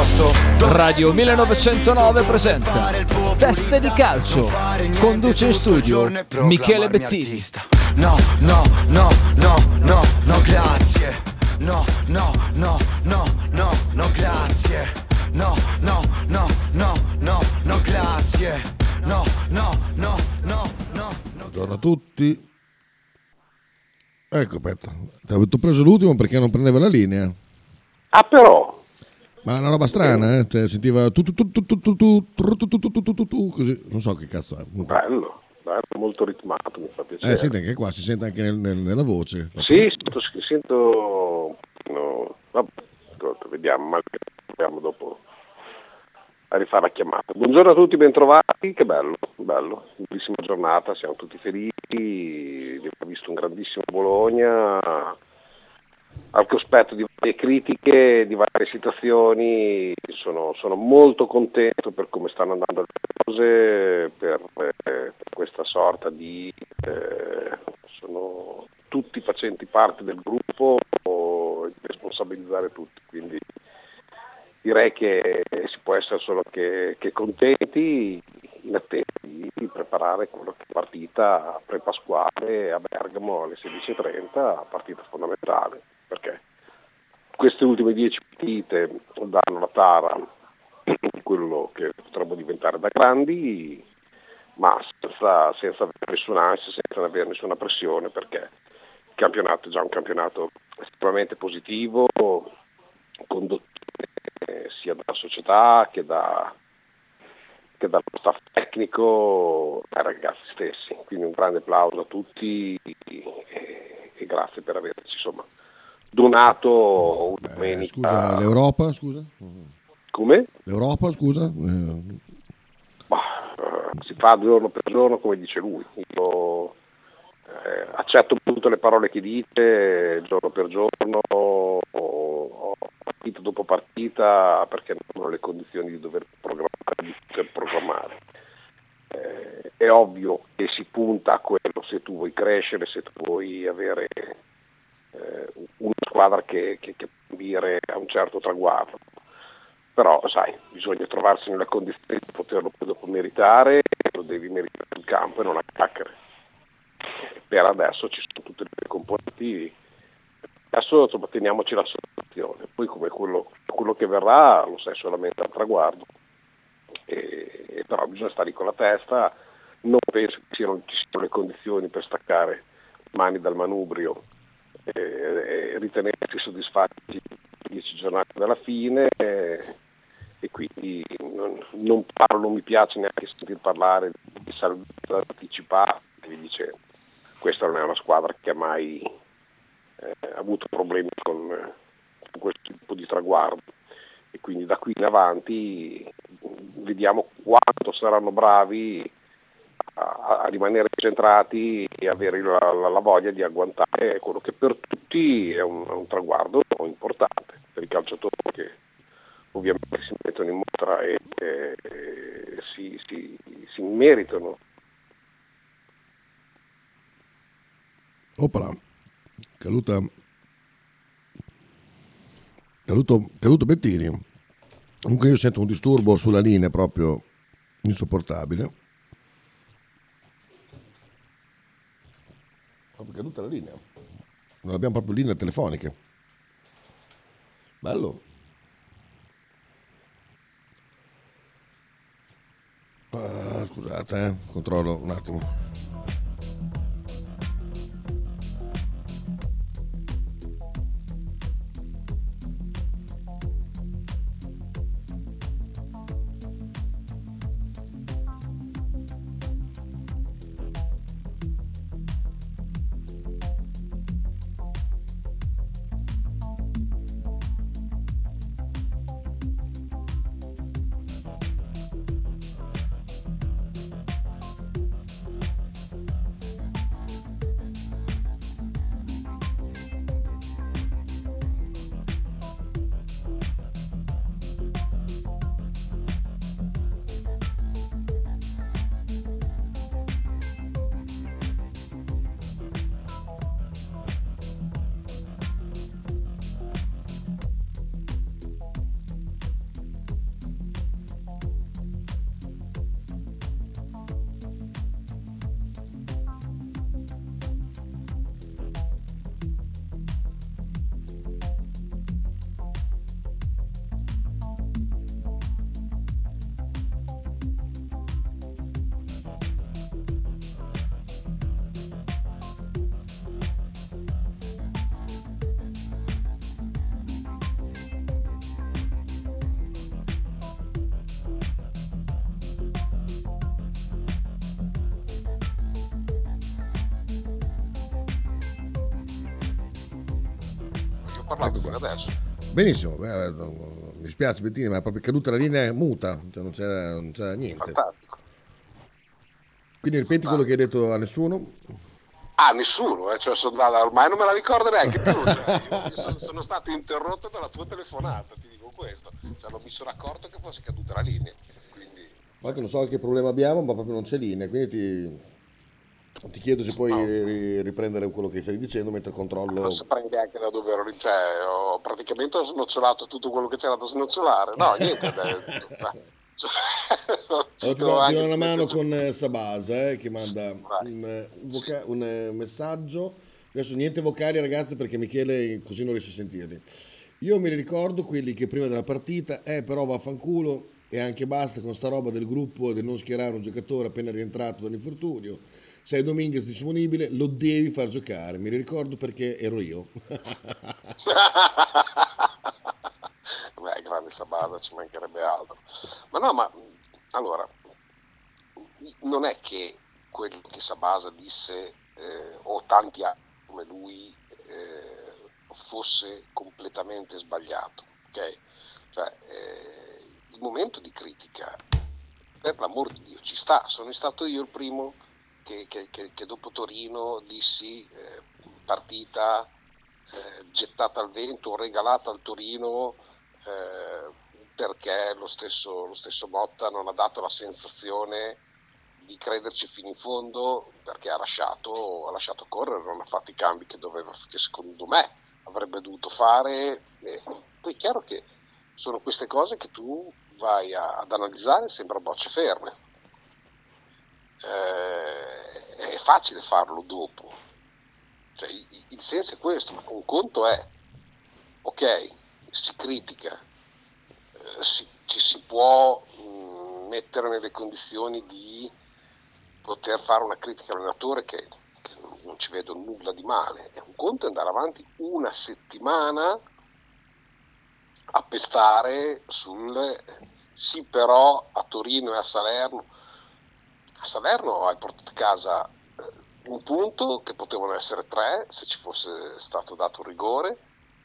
posto. Radio 1909 presenta Teste di calcio. Conduce in studio Michele Bettini. No, no, no, no, no, no, grazie. No, no, no, no, no, no, grazie. No, no, no, no, no, no, grazie. No, no, no, no, no, no. Buongiorno a tutti. Ecco, aspetta, ti avevo preso l'ultimo perché non prendeva la linea. Ah, però. Ma è una roba strana, cioè, sentiva tu, così, non so che cazzo è. Bello, molto ritmato, mi fa piacere. Senti, anche qua si sente anche nella voce. Sì, sento no, vabbè, vediamo, ma proviamo dopo a rifare la chiamata. Buongiorno a tutti, bentrovati, che bello, bellissima giornata, siamo tutti felici, abbiamo visto un grandissimo Bologna, al cospetto di varie critiche, di varie situazioni. Sono molto contento per come stanno andando le cose, per questa sorta di sono tutti facenti parte del gruppo e responsabilizzare tutti, quindi direi che si può essere solo che contenti, in attesa di preparare quella che è partita pre-pasquale a Bergamo alle 16:30, partita fondamentale, perché queste ultime 10 partite danno la tara di quello che potremmo diventare da grandi, ma senza avere nessuna ansia, senza avere nessuna pressione, perché il campionato è già un campionato estremamente positivo, condotto sia dalla società che dallo staff tecnico, ai ragazzi stessi. Quindi un grande applauso a tutti e grazie per averci insomma donato una domenica. Scusa, l'Europa, scusa? Come? L'Europa, scusa? Si fa giorno per giorno come dice lui. Io accetto tutte le parole che dice giorno per giorno, partita dopo partita, perché non ho le condizioni di dover programmare. È ovvio che si punta a quello, se tu vuoi crescere, se tu vuoi avere una squadra che ambire a un certo traguardo, però sai, bisogna trovarsi nelle condizioni di poterlo poi dopo meritare, lo devi meritare in campo e non a chiacchiere. Per adesso ci sono tutte le componenti, adesso insomma, teniamoci la situazione, poi come quello che verrà lo sai solamente al traguardo, e però bisogna stare con la testa. Non penso che ci siano le condizioni per staccare mani dal manubrio e ritenersi soddisfatti 10 giornate dalla fine, e quindi non mi piace neanche sentir parlare di salvezza anticipata, che vi dice questa non è una squadra che ha mai avuto problemi con questo tipo di traguardo, e quindi da qui in avanti vediamo quanto saranno bravi a rimanere centrati e avere la voglia di agguantare quello che per tutti è un traguardo importante, per i calciatori che ovviamente si mettono in mostra e si meritano. Opala, caduto Bettini. Comunque io sento un disturbo sulla linea proprio insopportabile. È caduta la linea, non abbiamo proprio linee telefoniche. Bello. Scusate, controllo un attimo. parlando fino adesso. Benissimo, mi spiace Bettini, ma è proprio caduta la linea muta, cioè non c'era niente. Fantastico. Quindi ripeti quello che hai detto a nessuno? Nessuno, cioè ormai non me la ricordo neanche più, cioè, io sono stato interrotto dalla tua telefonata, ti dico questo, cioè, non mi sono accorto che fosse caduta la linea, quindi... Infatti non so che problema abbiamo, ma proprio non c'è linea, quindi ti chiedo se puoi riprendere quello che stai dicendo mentre controllo. Non saprei neanche da dove ero, cioè, ho praticamente snocciolato tutto quello che c'era da snocciolare, no, niente. Ti do una mano con Sabasa che manda un messaggio. Adesso niente vocali ragazzi perché Michele così non riesce a sentirli. Io me li ricordo quelli che prima della partita però vaffanculo e anche basta con sta roba del gruppo del non schierare un giocatore appena rientrato dall'infortunio. Se è Dominguez disponibile lo devi far giocare, me li ricordo perché ero io. Beh, grande Sabasa, ci mancherebbe altro. Ma no, ma allora, non è che quello che Sabasa disse, o tanti altri come lui, fosse completamente sbagliato, ok? Cioè, il momento di critica, per l'amor di Dio, ci sta. Sono stato io il primo che dopo Torino dissi partita gettata al vento, regalata al Torino, perché lo stesso Motta non ha dato la sensazione di crederci fino in fondo, perché ha lasciato correre, non ha fatto i cambi che secondo me avrebbe dovuto fare. Poi è chiaro che sono queste cose che tu vai ad analizzare sembra bocce ferme, è facile farlo dopo, cioè, il senso è questo, ma un conto è ok, si critica, ci si può mettere nelle condizioni di poter fare una critica all'allenatore che non ci vedo nulla di male. È un conto è andare avanti una settimana a pestare sì, però a Torino e a Salerno hai portato a casa un punto che potevano essere 3 se ci fosse stato dato un rigore,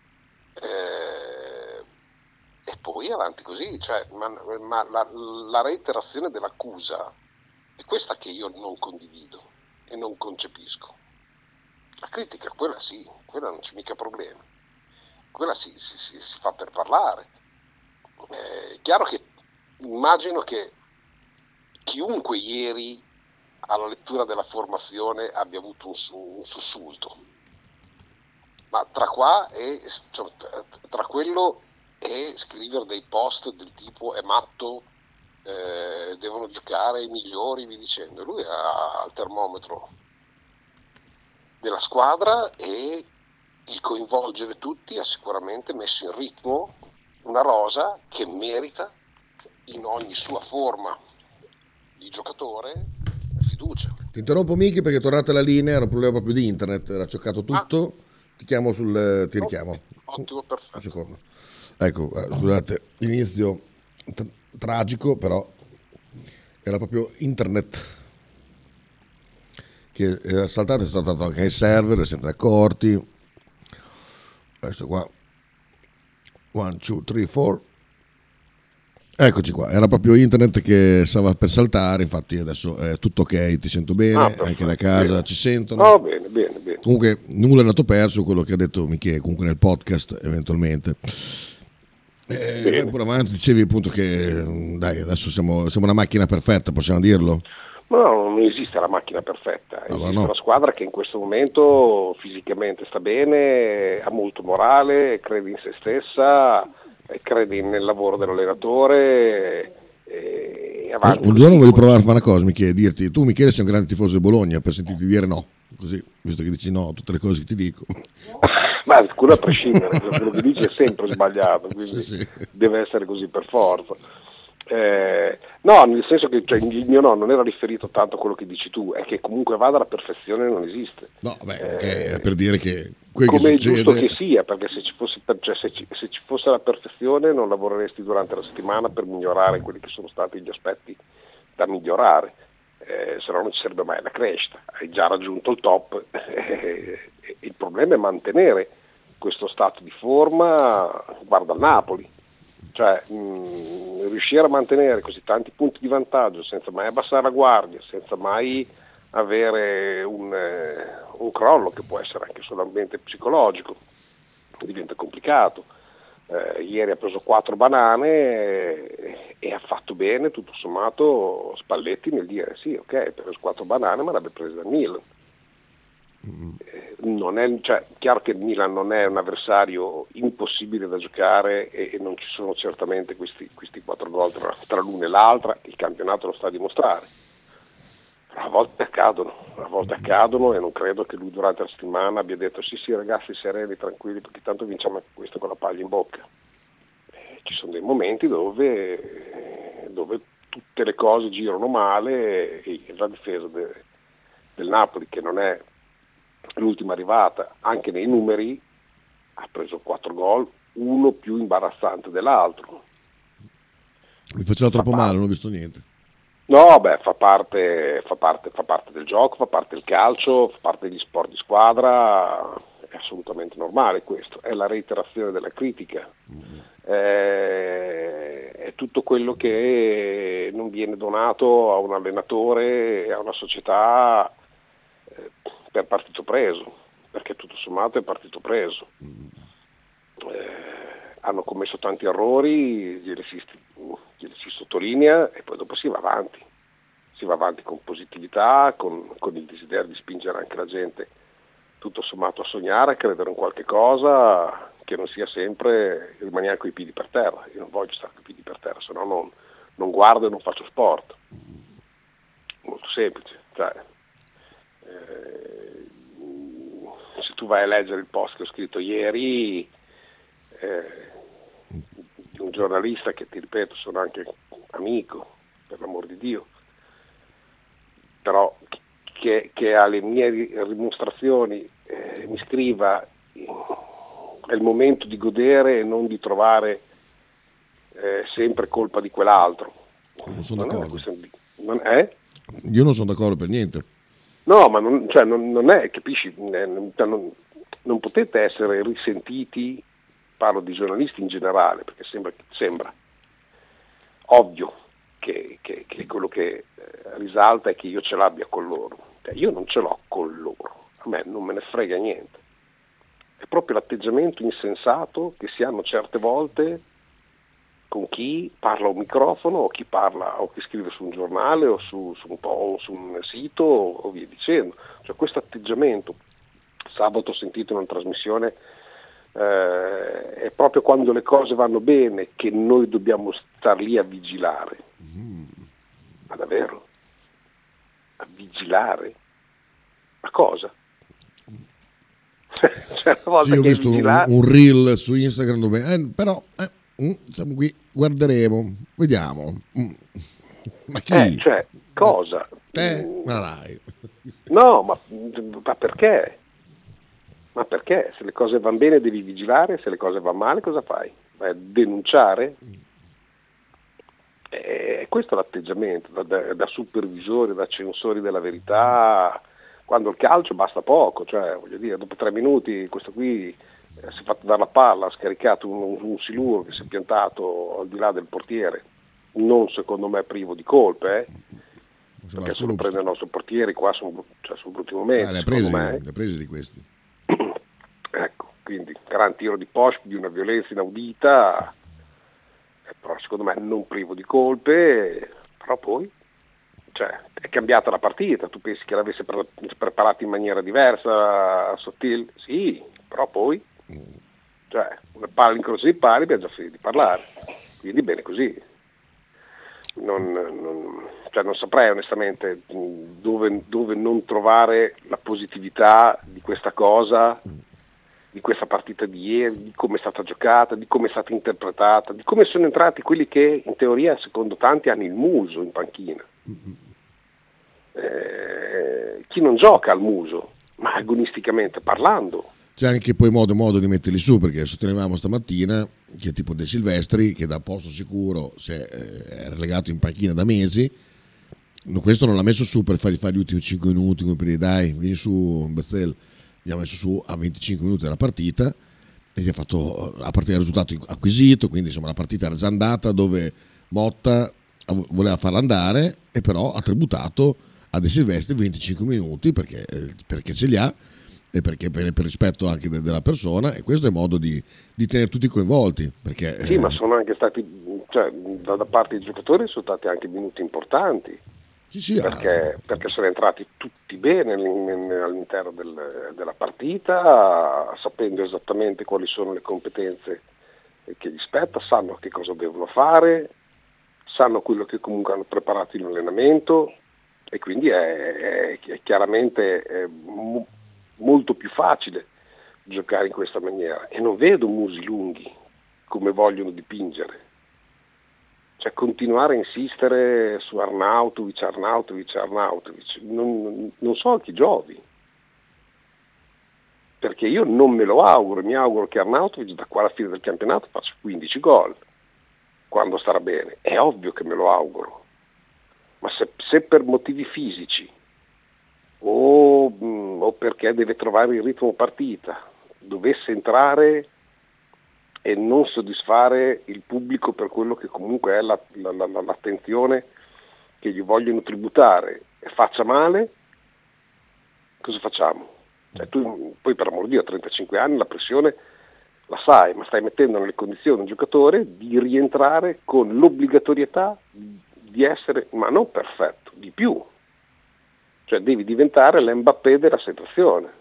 e poi avanti così, cioè, ma la reiterazione dell'accusa è questa che io non condivido e non concepisco. La critica, quella sì, quella non c'è mica problema, quella si fa per parlare. È chiaro che immagino che chiunque ieri alla lettura della formazione abbia avuto un sussulto, ma tra quello e scrivere dei post del tipo è matto, devono giocare i migliori, vi dicendo, lui ha il termometro della squadra e il coinvolgere tutti ha sicuramente messo in ritmo una rosa che merita in ogni sua forma di giocatore fiducia. Ti interrompo Miki perché è tornata la linea, era un problema proprio di internet, era cioccato tutto. Ti chiamo ti richiamo. Ottimo, perfetto. Un secondo. Ecco, scusate, l'inizio tragico, però era proprio internet che era saltato, è stato dato anche ai server, siete accorti. Adesso qua 1, 2, 3, 4. Eccoci qua, era proprio internet che stava per saltare, infatti adesso è tutto ok, ti sento bene, anche da casa bene. Ci sentono. Oh, bene. Comunque nulla è andato perso, quello che ha detto Michele, comunque nel podcast eventualmente. Pure avanti dicevi appunto che dai, adesso siamo una macchina perfetta, possiamo dirlo? No, non esiste la macchina perfetta, esiste una squadra che in questo momento fisicamente sta bene, ha molto morale, crede in se stessa, crede nel lavoro dell'allenatore e avanti. Un giorno voglio provare a fare una cosa, Michele, dirti, tu Michele sei un grande tifoso di Bologna, per sentirti dire no, così, visto che dici no a tutte le cose che ti dico. Ma quello a prescindere, quello che dici è sempre sbagliato, quindi sì. Deve essere così per forza. No, nel senso che il mio no non era riferito tanto a quello che dici tu, è che comunque vada la perfezione non esiste. No, beh, è per dire che come che è succede... giusto che sia, perché se ci fosse la perfezione non lavoreresti durante la settimana per migliorare quelli che sono stati gli aspetti da migliorare, se no non ci sarebbe mai la crescita. Hai già raggiunto il top, il problema è mantenere questo stato di forma, guarda il Napoli, cioè riuscire a mantenere così tanti punti di vantaggio senza mai abbassare la guardia, senza mai avere un crollo che può essere anche solamente psicologico, diventa complicato. Ieri ha preso 4 banane e ha fatto bene tutto sommato Spalletti nel dire sì, ok, ha preso 4 banane ma l'avrebbe presa il Milan. Non è, cioè, chiaro che il Milan non è un avversario impossibile da giocare e non ci sono certamente questi 4 gol tra l'una e l'altra, il campionato lo sta a dimostrare. A volte accadono e non credo che lui durante la settimana abbia detto sì ragazzi, sereni, tranquilli, perché tanto vinciamo anche questo con la paglia in bocca. Ci sono dei momenti dove tutte le cose girano male e la difesa del Napoli, che non è l'ultima arrivata, anche nei numeri ha preso 4 gol, uno più imbarazzante dell'altro. Mi faceva troppo male, non ho visto niente. No, beh, fa parte del gioco, fa parte del calcio, fa parte degli sport di squadra, è assolutamente normale questo, è la reiterazione della critica, è tutto quello che non viene donato a un allenatore e a una società per partito preso, perché tutto sommato è partito preso. Hanno commesso tanti errori, glieli si sottolinea e poi dopo si va avanti con positività, con il desiderio di spingere anche la gente tutto sommato a sognare, a credere in qualche cosa, che non sia sempre rimanere coi piedi per terra. Io non voglio stare coi piedi per terra, se no non guardo e non faccio sport. Molto semplice, cioè, se tu vai a leggere il post che ho scritto ieri di un giornalista che, ti ripeto, sono anche amico, per l'amor di Dio, però che alle mie dimostrazioni mi scriva è il momento di godere e non di trovare sempre colpa di quell'altro. Non sono d'accordo. Io non sono d'accordo per niente. No, ma non è, capisci? Non potete essere risentiti, parlo di giornalisti in generale, perché sembra ovvio che quello che risalta è che io ce l'abbia con loro. Io non ce l'ho con loro, a me non me ne frega niente. È proprio l'atteggiamento insensato che si hanno certe volte con chi parla a un microfono o chi parla o chi scrive su un giornale o su un sito o via dicendo. Cioè, questo atteggiamento, sabato ho sentito una trasmissione, è proprio quando le cose vanno bene che noi dobbiamo star lì a vigilare. Ma davvero? A vigilare? Ma cosa? Cioè, una volta sì, ho che visto un reel su Instagram dove però siamo qui, guarderemo, vediamo. Ma chi? Cioè, cosa? Ma dai. No, ma perché? Ma perché? Se le cose vanno bene devi vigilare, se le cose vanno male cosa fai? Vai a denunciare? Questo è l'atteggiamento da supervisori, da censori della verità, quando il calcio basta poco, cioè voglio dire, dopo 3 minuti questo qui si è fatto dare la palla, ha scaricato un siluro che si è piantato al di là del portiere, non secondo me privo di colpe, perché se lo prende il nostro portiere qua sono brutti momenti. Le ha presi di questi. Ecco, quindi gran tiro di Posch di una violenza inaudita, però secondo me non privo di colpe, però poi è cambiata la partita. Tu pensi che l'avesse preparata in maniera diversa Sottil? Sì, però poi una palla incrocio di pali abbiamo già finito di parlare, quindi bene così. Non saprei onestamente dove non trovare la positività di questa cosa, di questa partita di ieri, di come è stata giocata, di come è stata interpretata, di come sono entrati quelli che in teoria secondo tanti hanno il muso in panchina. Chi non gioca al muso, ma agonisticamente parlando. C'è anche poi modo di metterli su, perché sostenevamo stamattina che tipo De Silvestri, che da posto sicuro si è relegato in panchina da mesi, questo non l'ha messo su per fargli fare gli ultimi 5 minuti, come per dire dai, vieni su Bezzell, gli ha messo su a 25 minuti della partita, gli ha fatto a partire dal risultato acquisito, quindi insomma la partita era già andata dove Motta voleva farla andare e però ha tributato a De Silvestri 25 minuti perché ce li ha e perché per rispetto anche della persona, e questo è modo di tenere tutti coinvolti, perché Sì, ma sono anche stati, cioè, da parte dei giocatori sono stati anche minuti importanti, sì, perché sono entrati tutti bene all'interno della partita, sapendo esattamente quali sono le competenze che gli spetta, sanno che cosa devono fare, sanno quello che comunque hanno preparato in allenamento, e quindi è chiaramente molto più facile giocare in questa maniera, e non vedo musi lunghi come vogliono dipingere, cioè continuare a insistere su Arnautovic, non so a chi giovi, perché io non me lo auguro, mi auguro che Arnautovic da qua alla fine del campionato faccia 15 gol quando starà bene, è ovvio che me lo auguro, ma se per motivi fisici o perché deve trovare il ritmo partita dovesse entrare e non soddisfare il pubblico per quello che comunque è l'attenzione che gli vogliono tributare, e faccia male, cosa facciamo? Cioè, tu poi, per amor di Dio, a 35 anni la pressione la sai, ma stai mettendo nelle condizioni un giocatore di rientrare con l'obbligatorietà di essere, ma non perfetto, di più. Cioè devi diventare l'Mbappé della situazione,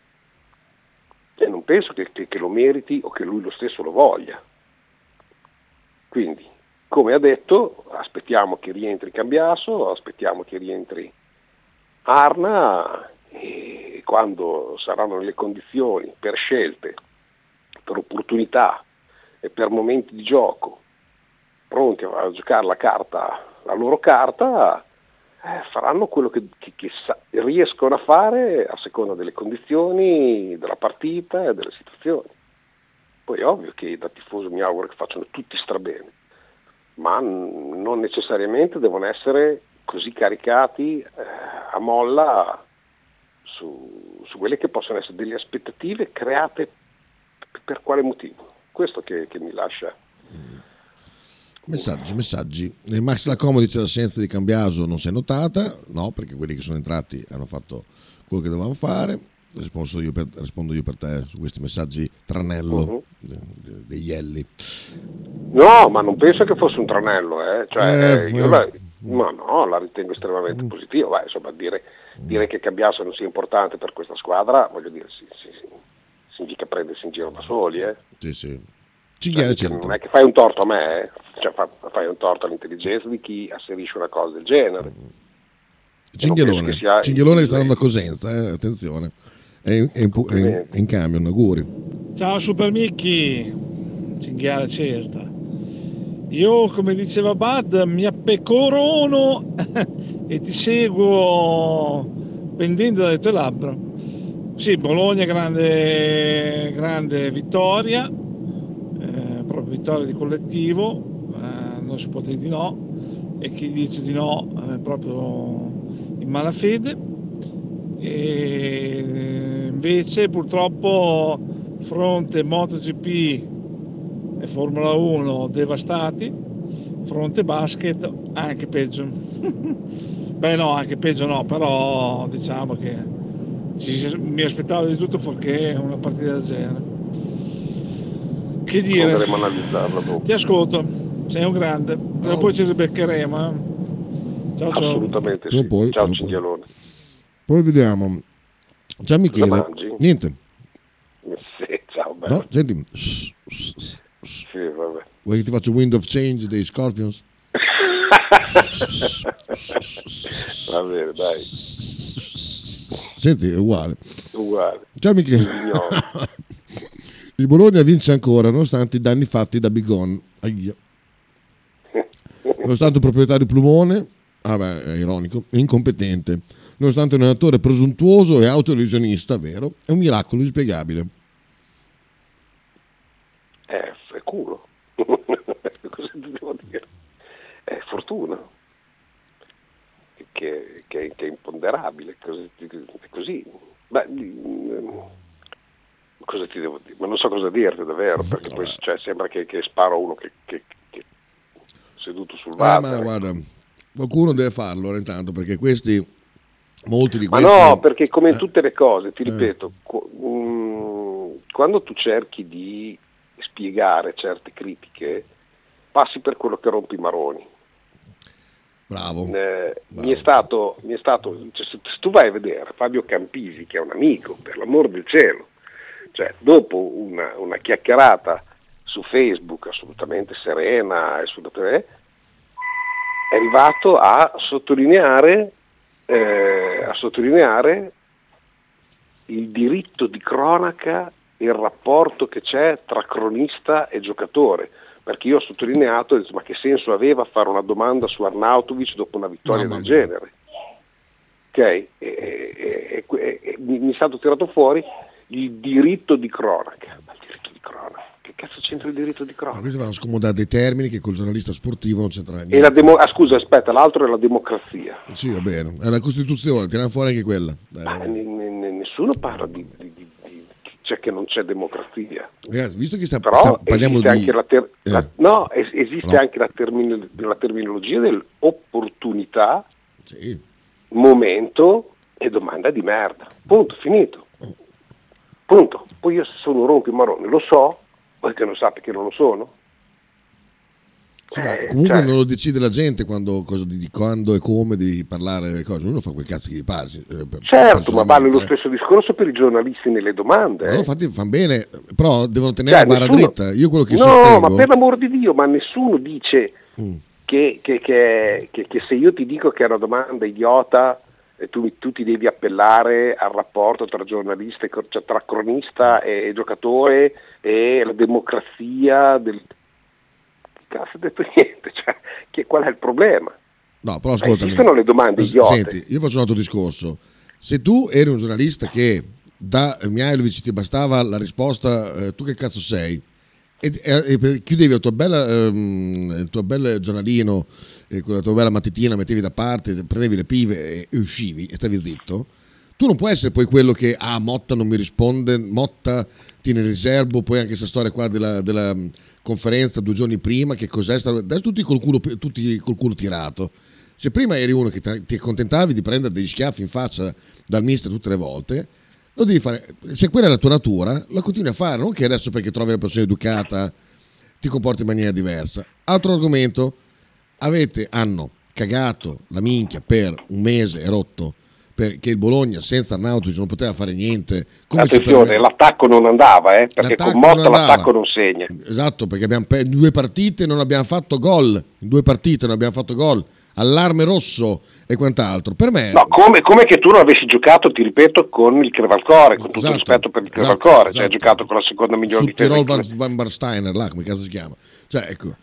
e non penso che lo meriti o che lui lo stesso lo voglia. Quindi, come ha detto, aspettiamo che rientri Cambiaso, aspettiamo che rientri Arna, e quando saranno nelle condizioni, per scelte, per opportunità e per momenti di gioco, pronti a giocare la loro carta, faranno quello che riescono a fare a seconda delle condizioni, della partita e delle situazioni. Poi è ovvio che da tifoso mi auguro che facciano tutti strabene, ma non necessariamente devono essere così caricati a molla su quelle che possono essere delle aspettative create per quale motivo. Questo che mi lascia. Messaggi. Max Lacomo dice: l'assenza di Cambiaso non si è notata, no, perché quelli che sono entrati hanno fatto quello che dovevano fare. Rispondo io per te su questi messaggi tranello dei Ielli. No, ma non penso che fosse un tranello, io la ritengo estremamente positiva. Insomma, dire che Cambiaso non sia importante per questa squadra, voglio dire, significa prendersi in giro da soli, Sì. Non è che fai un torto a me, cioè fai un torto all'intelligenza di chi asserisce una cosa del genere. Cinghialone che sta andando a Cosenza, attenzione, è in camion, auguri. Ciao Super Mickey, cinghiale certa. Io, come diceva Bud, mi appecorono e ti seguo pendendo dalle tue labbra. Sì, Bologna, grande vittoria, proprio vittoria di collettivo, non si può dire di no, e chi dice di no è proprio in malafede. E invece purtroppo fronte MotoGP e Formula 1 devastati, fronte basket anche peggio. Beh no, anche peggio no, però diciamo che mi aspettavo di tutto fuorché una partita del genere. Che dire? Andremo a analizzarla dopo. Ti ascolto, sei un grande, poi ci ribeccheremo. Ciao. Assolutamente sì. Ciao Cinghialone. Poi vediamo. Ciao Michele. Niente. Sì, ciao bello. No, senti. Sì, vabbè. Vuoi che ti faccio Wind of Change dei Scorpions? Va bene, dai. Senti, è uguale. Ciao Michele. Il Bologna vince ancora nonostante i danni fatti da Bigon. Nonostante un proprietario plumone, è ironico, è incompetente. Nonostante un allenatore presuntuoso e autolesionista, vero, è un miracolo inspiegabile. È culo. Cosa ti devo dire? È fortuna. Che è imponderabile. È così. Beh, cosa ti devo dire? Ma non so cosa dirti davvero, perché poi sembra che sparo uno che seduto sul Ma water. guarda, qualcuno deve farlo intanto, perché molti di Ma questi... no, perché come in tutte le cose, ti ripeto, quando tu cerchi di spiegare certe critiche, passi per quello che rompi i maroni. Bravo. Mi è stato cioè, se tu vai a vedere Fabio Campisi, che è un amico, per l'amor del cielo, cioè dopo una chiacchierata su Facebook assolutamente serena, è arrivato a sottolineare il diritto di cronaca, il rapporto che c'è tra cronista e giocatore, perché io ho sottolineato, ma che senso aveva fare una domanda su Arnautovic dopo una vittoria del genere? Ok? Mi è stato tirato fuori il diritto di cronaca. Ma il diritto di cronaca? Che cazzo c'entra il diritto di Ma cronaca? questi vanno a scomodare dei termini che col giornalista sportivo non c'entra niente. Scusa, aspetta, l'altro è la democrazia. Sì, va bene, è la Costituzione, tirano fuori anche quella. Ma nessuno parla cioè che non c'è democrazia. Ragazzi, visto che Però parliamo esiste di... anche esiste anche la terminologia dell'opportunità, Sì. momento e domanda di merda. Punto, finito. Punto. Poi io se sono un rompimarrone lo so, poi che non sa perché non lo sono. Sì, ma comunque cioè, non lo decide la gente quando e come di parlare le cose, uno fa quel cazzo che gli pare. Certo, ma vale lo stesso discorso per i giornalisti nelle domande. No, infatti fanno bene, però devono tenere Cioè, la barra dritta. Io quello che no, sostengo... ma per l'amor di Dio, ma nessuno dice che se io ti dico che è una domanda idiota, tu ti devi appellare al rapporto tra giornalista, cioè tra cronista e giocatore e la democrazia del... Cazzo, ho detto niente, cioè, qual è il problema? No, però ascoltami. Esistono le domande idiote. Senti, io faccio un altro discorso. Se tu eri un giornalista che da Mihajlovic ti bastava la risposta tu che cazzo sei, e chiudevi il tuo bel giornalino con la tua bella mattitina, mettevi da parte, prendevi le pive e uscivi e stavi zitto, tu non puoi essere poi quello che Motta non mi risponde, Motta tiene in riservo, poi anche questa storia qua della conferenza 2 giorni prima, che cos'è stato, adesso tutti col culo tirato. Se prima eri uno che ti accontentavi di prendere degli schiaffi in faccia dal mister tutte le volte, lo devi fare. Se quella è la tua natura, la continui a fare, non che adesso perché trovi una persona educata ti comporti in maniera diversa. Altro argomento, hanno cagato la minchia per un mese e rotto perché il Bologna senza Arnautovic non poteva fare niente. Attenzione, l'attacco non andava, perché con Motta l'attacco non segna. Esatto, perché abbiamo in 2 partite non abbiamo fatto gol, allarme rosso e quant'altro. Per me no, come che tu non avessi giocato, ti ripeto, con il Crevalcore, con tutto il rispetto per il Crevalcore, cioè hai giocato con la seconda migliore difesa. Tirol Van Barsteiner, là come cazzo si chiama. Cioè, ecco,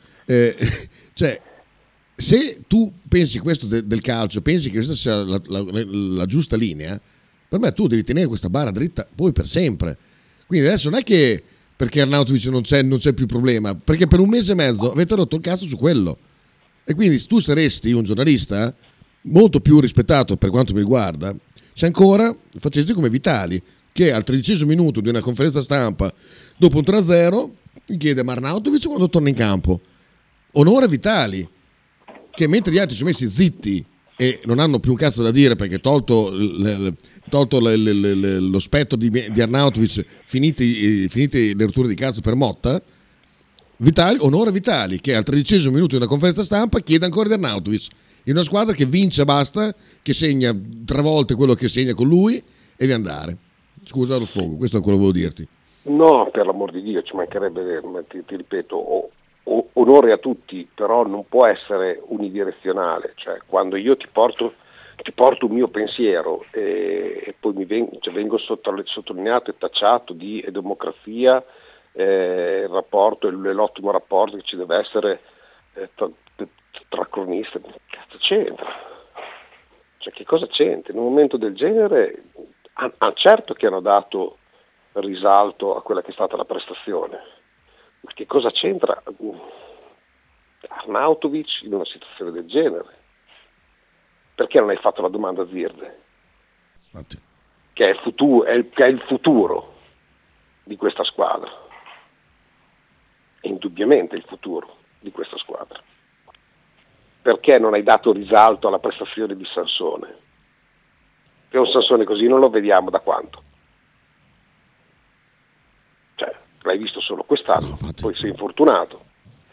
se tu pensi questo del calcio, pensi che questa sia la giusta linea, per me tu devi tenere questa barra dritta poi per sempre. Quindi adesso non è che perché Arnautovic non c'è più problema, perché per un mese e mezzo avete rotto il cazzo su quello. E quindi se tu saresti un giornalista molto più rispettato per quanto mi riguarda, se ancora facesti come Vitali, che al 13° minuto di una conferenza stampa dopo un 3-0 chiede ma Arnautovic quando torna in campo. Onore a Vitali, che mentre gli altri sono messi zitti e non hanno più un cazzo da dire perché tolto lo spettro di Arnautovic, finite le rotture di cazzo per Motta, onore a Vitali, che al 13° minuto di una conferenza stampa chiede ancora di Arnautovic in una squadra che vince e basta, che segna 3 volte quello che segna con lui e deve andare. Scusa lo sfogo, questo è quello che volevo dirti. No, per l'amor di Dio, ci mancherebbe, ti ripeto, onore a tutti, però non può essere unidirezionale, cioè quando io ti porto un mio pensiero e poi vengo sottolineato e tacciato di democrazia, il rapporto, l'ottimo rapporto che ci deve essere tra cronisti, che cazzo c'entra? Cioè che cosa c'entra? In un momento del genere, certo che hanno dato risalto a quella che è stata la prestazione, ma che cosa c'entra Arnautovic in una situazione del genere? Perché non hai fatto la domanda a Zirde? Che è il futuro. di questa squadra, è indubbiamente il futuro di questa squadra. Perché non hai dato risalto alla prestazione di Sansone? Che un Sansone così non lo vediamo da quanto? Cioè, l'hai visto solo quest'anno, poi sei infortunato.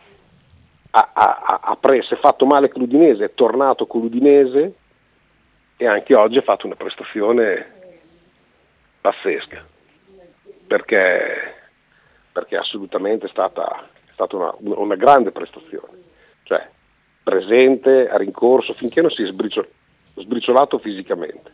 Si è fatto male con l'Udinese, è tornato con l'Udinese e anche oggi ha fatto una prestazione pazzesca, perché assolutamente è stata una grande prestazione, cioè presente, a rincorso, finché non si è sbriciolato fisicamente.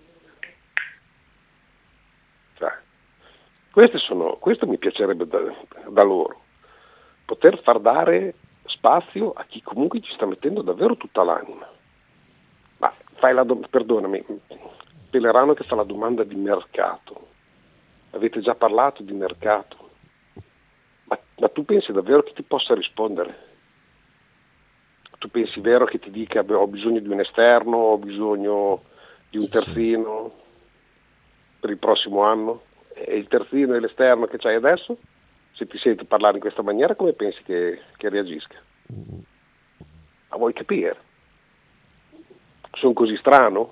Cioè, questo mi piacerebbe da loro, poter far dare spazio a chi comunque ci sta mettendo davvero tutta l'anima. Ma perdonami, Pellerano che fa la domanda di mercato. Avete già parlato di mercato? Ma tu pensi davvero che ti possa rispondere? Tu pensi vero che ti dica ho bisogno di un esterno, ho bisogno di un terzino per il prossimo anno? E il terzino e l'esterno che c'hai adesso? Se ti senti parlare in questa maniera, come pensi che reagisca? Ma vuoi capire? Sono così strano?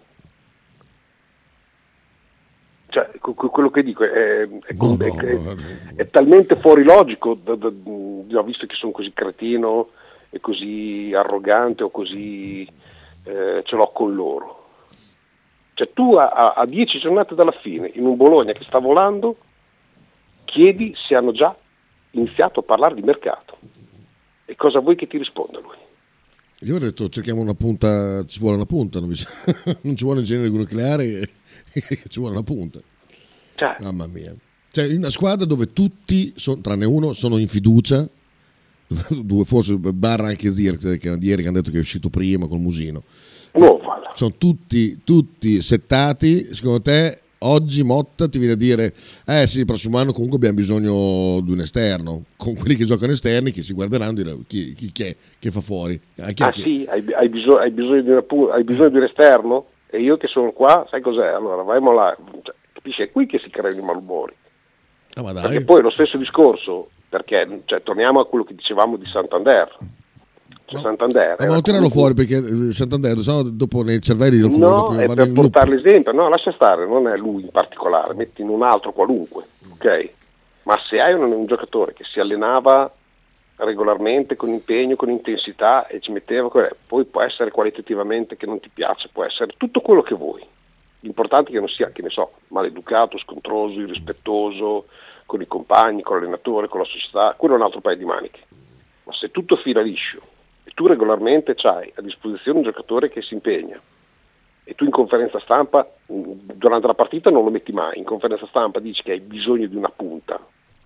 Cioè, quello che dico è talmente fuori logico, visto che sono così cretino e così arrogante o così ce l'ho con loro. Cioè tu a 10 giornate dalla fine, in un Bologna che sta volando, chiedi se hanno già iniziato a parlare di mercato. E cosa vuoi che ti risponda lui? Io ho detto cerchiamo una punta, ci vuole una punta, non ci vuole ingegnere nucleare, ci vuole una punta. Cioè. Mamma mia. Cioè in una squadra dove tutti, tranne uno, sono in fiducia, due forse barra anche Zirk, che ieri che hanno detto che è uscito prima col Musino. No, vale. Sono tutti settati. Secondo te oggi Motta ti viene a dire sì, il prossimo anno comunque abbiamo bisogno di un esterno, con quelli che giocano esterni che si guarderanno e diranno chi è che fa fuori. Sì, hai bisogno di un esterno e io che sono qua, sai cos'è? Allora vai là, cioè, capisci? È qui che si creano i malumori. Ma dai. Perché poi lo stesso discorso, perché torniamo a quello che dicevamo di Santander. Santander ma non tirarlo fuori perché Santander sennò dopo nei cervelli del no, è per portare l'esempio, no, lascia stare, non è lui in particolare, metti in un altro qualunque, ok? Ma se hai un giocatore che si allenava regolarmente con impegno, con intensità e ci metteva, poi può essere qualitativamente che non ti piace, può essere tutto quello che vuoi, l'importante è che non sia, che ne so, maleducato, scontroso, irrispettoso con i compagni, con l'allenatore, con la società, quello è un altro paio di maniche. Ma se tutto fila liscio e tu regolarmente c'hai a disposizione un giocatore che si impegna e tu in conferenza stampa durante la partita non lo metti mai, in conferenza stampa dici che hai bisogno di una punta,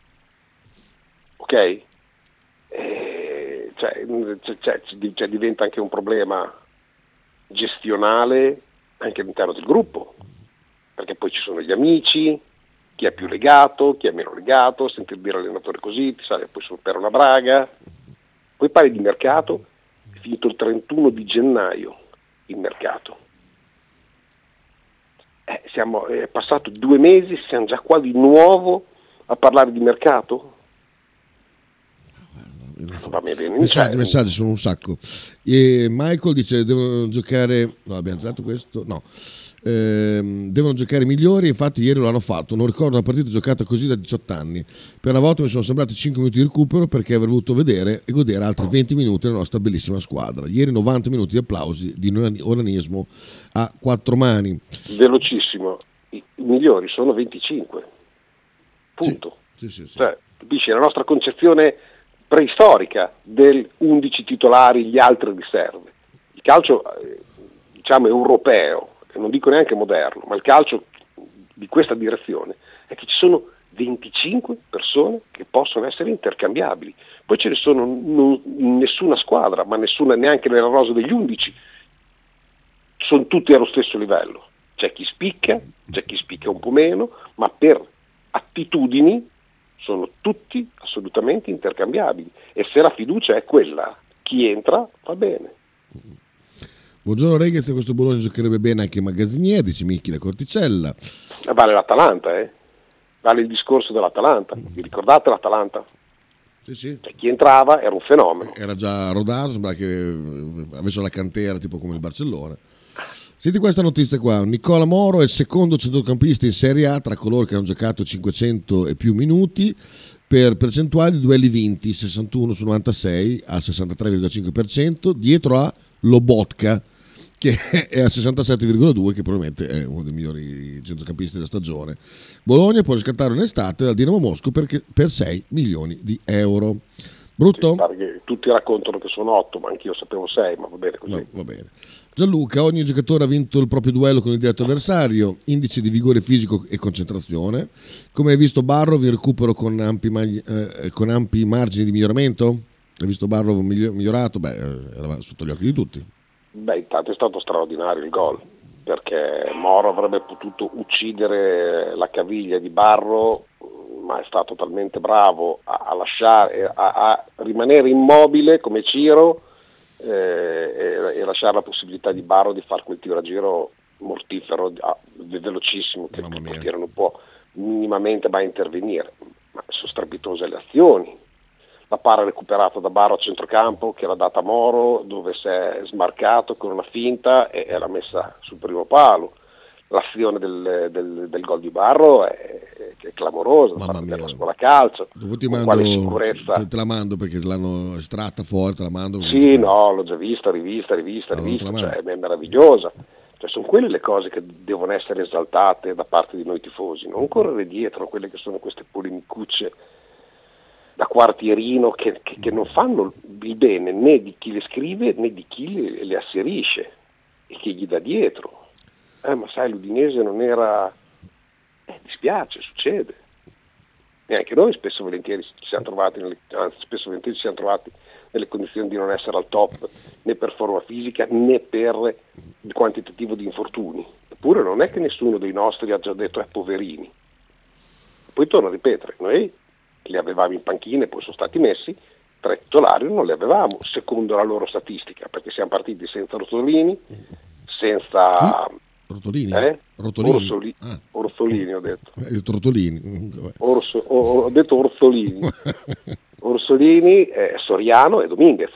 ok? Diventa anche un problema gestionale anche all'interno del gruppo, perché poi ci sono gli amici, chi è più legato, chi è meno legato, sentir dire allenatore così, ti sale poi per una braga. Poi parli di mercato, è finito il 31 di gennaio il mercato. È passato 2 mesi, siamo già qua di nuovo a parlare di mercato? Messaggi sono un sacco. E Michael dice devono giocare, no, abbiamo già detto questo, no. Devono giocare migliori, infatti ieri lo hanno fatto, non ricordo una partita giocata così da 18 anni, per una volta mi sono sembrati 5 minuti di recupero perché avrei voluto vedere e godere altri 20 minuti della nostra bellissima squadra. Ieri 90 minuti di applausi di oranismo a 4 mani. Velocissimo, i migliori sono 25, punto. Sì. Cioè, capisci, la nostra concezione preistorica del 11 titolari, gli altri riserve. Il calcio diciamo europeo, non dico neanche moderno, ma il calcio di questa direzione è che ci sono 25 persone che possono essere intercambiabili, poi ce ne sono in nessuna squadra, ma nessuna neanche nella rosa degli 11, sono tutti allo stesso livello, c'è chi spicca un po' meno, ma per attitudini sono tutti assolutamente intercambiabili e se la fiducia è quella, chi entra va bene. Buongiorno Regis, questo Bologna giocherebbe bene anche Magazzinieri, dice Micchi da Corticella. Vale l'Atalanta, Vale il discorso dell'Atalanta, vi ricordate l'Atalanta? Sì. Cioè, chi entrava era un fenomeno. Era già rodato, sembra che avesse la cantera tipo come il Barcellona. Senti questa notizia qua: Nicola Moro è il secondo centrocampista in Serie A tra coloro che hanno giocato 500 e più minuti per percentuali di duelli vinti, 61 su 96 al 63,5%, dietro a Lobotka che è al 67,2, che probabilmente è uno dei migliori centrocampisti della stagione. Bologna può riscattare un'estate dal Dinamo Mosco per 6 milioni di euro. Brutto? Sì, pare che tutti raccontano che sono 8, ma anch'io sapevo 6, ma va bene così. No, va bene. Gianluca, ogni giocatore ha vinto il proprio duello con il diretto avversario, indice di vigore fisico e concentrazione. Come hai visto Barrow in recupero con ampi margini di miglioramento? Hai visto Barrow migliorato? Era sotto gli occhi di tutti. Intanto è stato straordinario il gol, perché Moro avrebbe potuto uccidere la caviglia di Barrow, ma è stato talmente bravo a lasciare, a rimanere immobile come Ciro e lasciare la possibilità di Barrow di fare quel tiro a giro mortifero, velocissimo, che il portiere non può minimamente mai intervenire. Ma sono strepitose le azioni. La palla recuperata da Barrow a centrocampo, che era data a Moro, dove si è smarcato con una finta e l'ha messa sul primo palo. L'azione del gol di Barrow è clamorosa, della scuola calcio. Dopo ti con mando, quale sicurezza. te la mando perché l'hanno estratta fuori, te la mando. Sì, no, l'ho già vista, rivista, cioè è meravigliosa. Cioè, sono quelle le cose che devono essere esaltate da parte di noi tifosi, non correre dietro a quelle che sono queste polemicucce da quartierino che non fanno il bene né di chi le scrive né di chi le asserisce e che gli dà dietro. Ma sai, l'Udinese non era... dispiace, succede. E anche noi spesso e volentieri ci siamo trovati nelle condizioni di non essere al top né per forma fisica né per il quantitativo di infortuni. Eppure non è che nessuno dei nostri ha già detto poverini. Poi torno a ripetere, noi li avevamo in panchina e poi sono stati messi, 3 titolari non li avevamo secondo la loro statistica, perché siamo partiti senza Rotolini, senza Rotolini? Rotolini. Orsolini ho detto. Rotolini. Ho detto Orsolini. Orsolini, Soriano e Dominguez.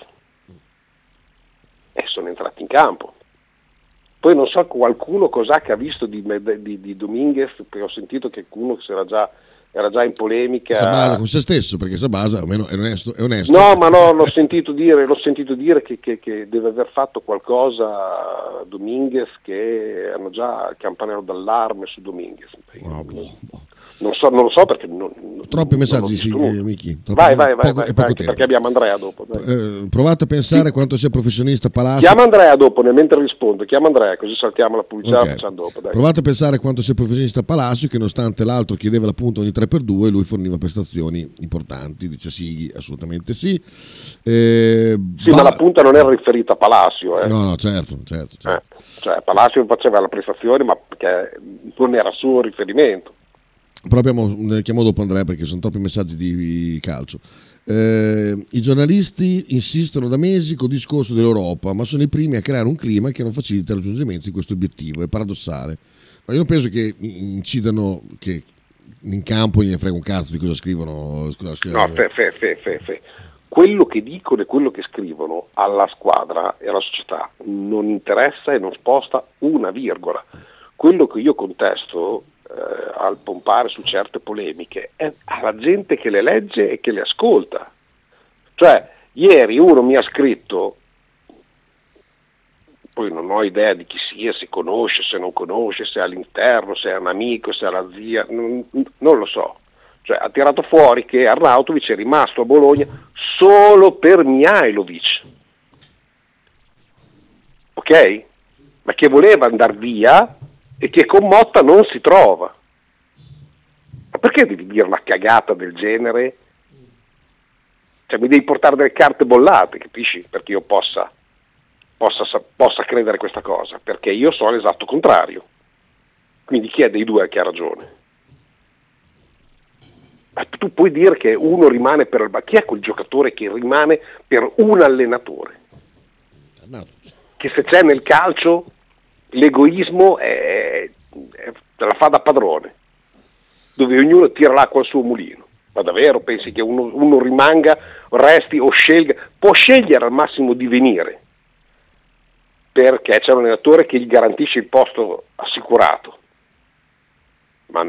E sono entrati in campo. Poi non so qualcuno cos'ha che ha visto di Dominguez, perché ho sentito che uno era già in polemica. Sabasa con se stesso, perché Sabasa almeno è onesto. No, ma no, l'ho sentito dire che deve aver fatto qualcosa Dominguez, che hanno già il campanello d'allarme su Dominguez. Non lo so perché troppi messaggi, sì, Miki. Vai, perché abbiamo Andrea dopo. Provate a pensare quanto sia professionista Palacio. Chiama Andrea dopo, mentre rispondo, chiama Andrea, così saltiamo la pubblicità, Okay. facciamo dopo. Dai. Provate a pensare quanto sia professionista Palacio, che nonostante l'altro chiedeva la punta ogni 3x2, lui forniva prestazioni importanti, dice Sighi, assolutamente sì. Ma la punta non era riferita a Palacio. No, certo. Cioè Palacio faceva la prestazione, ma perché non era suo riferimento. Però ne chiamo dopo Andrea perché sono troppi messaggi di calcio. I giornalisti insistono da mesi col discorso dell'Europa, ma sono i primi a creare un clima che non facilita il raggiungimento di questo obiettivo. È paradossale. Ma io non penso che incidano, che in campo gliene frega un cazzo di cosa scrivono. No, quello che dicono e quello che scrivono alla squadra e alla società non interessa e non sposta una virgola. Quello che io contesto al pompare su certe polemiche è alla gente che le legge e che le ascolta. Cioè, ieri uno mi ha scritto, poi non ho idea di chi sia, se conosce, se non conosce, se è all'interno, se è un amico, se è la zia, non lo so. Cioè, ha tirato fuori che Arnautovic è rimasto a Bologna solo per Mihajlovic. Ok? Ma che voleva andare via e che con Motta non si trova. Ma perché devi dire una cagata del genere? Cioè, mi devi portare delle carte bollate, capisci? Perché io possa credere questa cosa, perché io so l'esatto contrario. Quindi chi è dei due che ha ragione? Ma tu puoi dire che uno rimane per chi è quel giocatore che rimane per un allenatore? Che se c'è nel calcio l'egoismo te la fa da padrone. dove ognuno tira l'acqua al suo mulino. Ma davvero pensi che uno rimanga, resti o scelga? Può scegliere al massimo di venire, perché c'è un allenatore che gli garantisce il posto assicurato, ma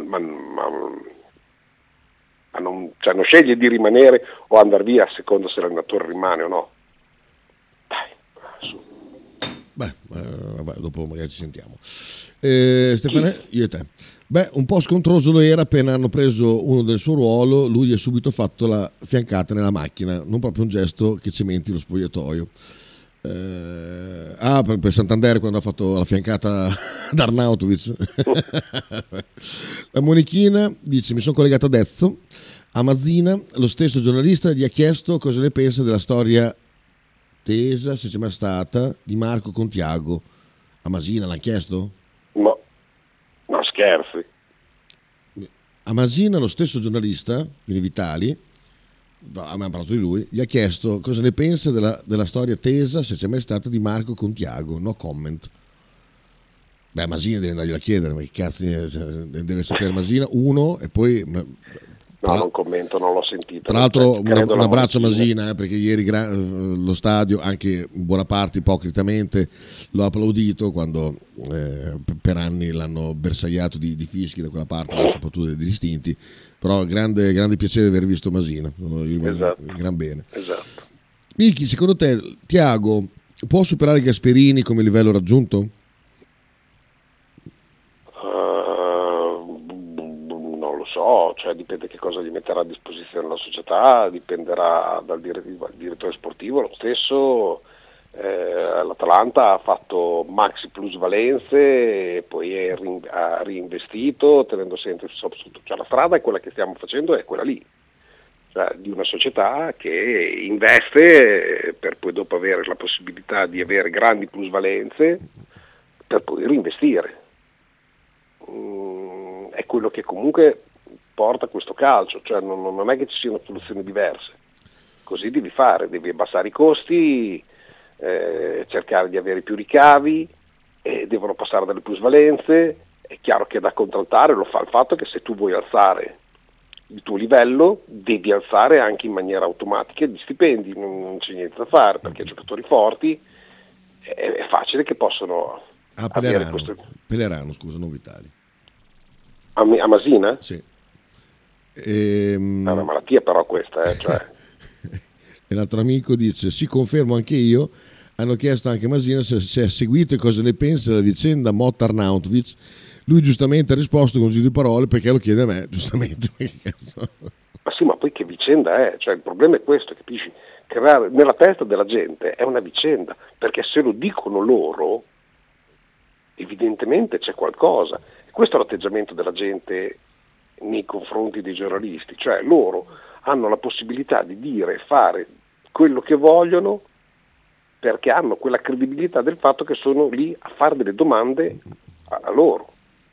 non sceglie di rimanere o andare via a seconda se l'allenatore rimane o no. Dai, su. Vabbè, dopo magari ci sentiamo. Stefano, io e te. Un po' scontroso lo era appena hanno preso uno del suo ruolo, lui ha subito fatto la fiancata nella macchina, non proprio un gesto che cementi lo spogliatoio. Per Santander quando ha fatto la fiancata ad Arnautovic. La Monichina dice: mi sono collegato adesso a Mazzina, lo stesso giornalista gli ha chiesto cosa ne pensa della storia tesa, se c'è mai stata, di Marco con Tiago. A Masina l'ha chiesto? No, scherzi. A Masina lo stesso giornalista, quindi Vitali, a me ha parlato di lui, gli ha chiesto cosa ne pensa della storia tesa, se c'è mai stata, di Marco con Tiago. No comment. Masina deve andargliela a chiedere, ma che cazzo deve sapere Masina, uno, e poi... non commento, non l'ho sentito. Tra l'altro un abbraccio a Masina, perché ieri lo stadio, anche in buona parte ipocritamente, l'ho applaudito quando per anni l'hanno bersagliato di fischi da quella parte, soprattutto dei distinti, però grande piacere di aver visto Masina, esatto. Gran bene. Esatto. Miki, secondo te Tiago può superare Gasperini come livello raggiunto? Cioè dipende che cosa gli metterà a disposizione la società, dipenderà dal direttore sportivo. Lo stesso l'Atalanta ha fatto maxi plusvalenze e poi ha reinvestito tenendo sempre sotto, cioè la strada è quella che stiamo facendo, è quella lì, cioè di una società che investe per poi dopo avere la possibilità di avere grandi plusvalenze per poi reinvestire. È quello che comunque porta questo calcio, cioè non è che ci siano soluzioni diverse, così devi fare, devi abbassare i costi, cercare di avere più ricavi, devono passare dalle plusvalenze. È chiaro che da contraltare lo fa il fatto che se tu vuoi alzare il tuo livello devi alzare anche in maniera automatica gli stipendi, non c'è niente da fare, perché giocatori forti è facile che possono avere questo... Pellerano, scusa, non Vitali. A Masina? Sì. È una malattia però questa, cioè. E l'altro amico dice: sì, confermo anche io. Hanno chiesto anche a Masina se ha seguito e cosa ne pensa della vicenda Motta Arnautovic. Lui giustamente ha risposto con un giro di parole, perché lo chiede a me, giustamente. Ma sì, ma poi che vicenda è? Cioè il problema è questo, capisci? Creare nella testa della gente è una vicenda, perché se lo dicono loro evidentemente c'è qualcosa. Questo è l'atteggiamento della gente nei confronti dei giornalisti, cioè loro hanno la possibilità di dire e fare quello che vogliono perché hanno quella credibilità del fatto che sono lì a fare delle domande a loro.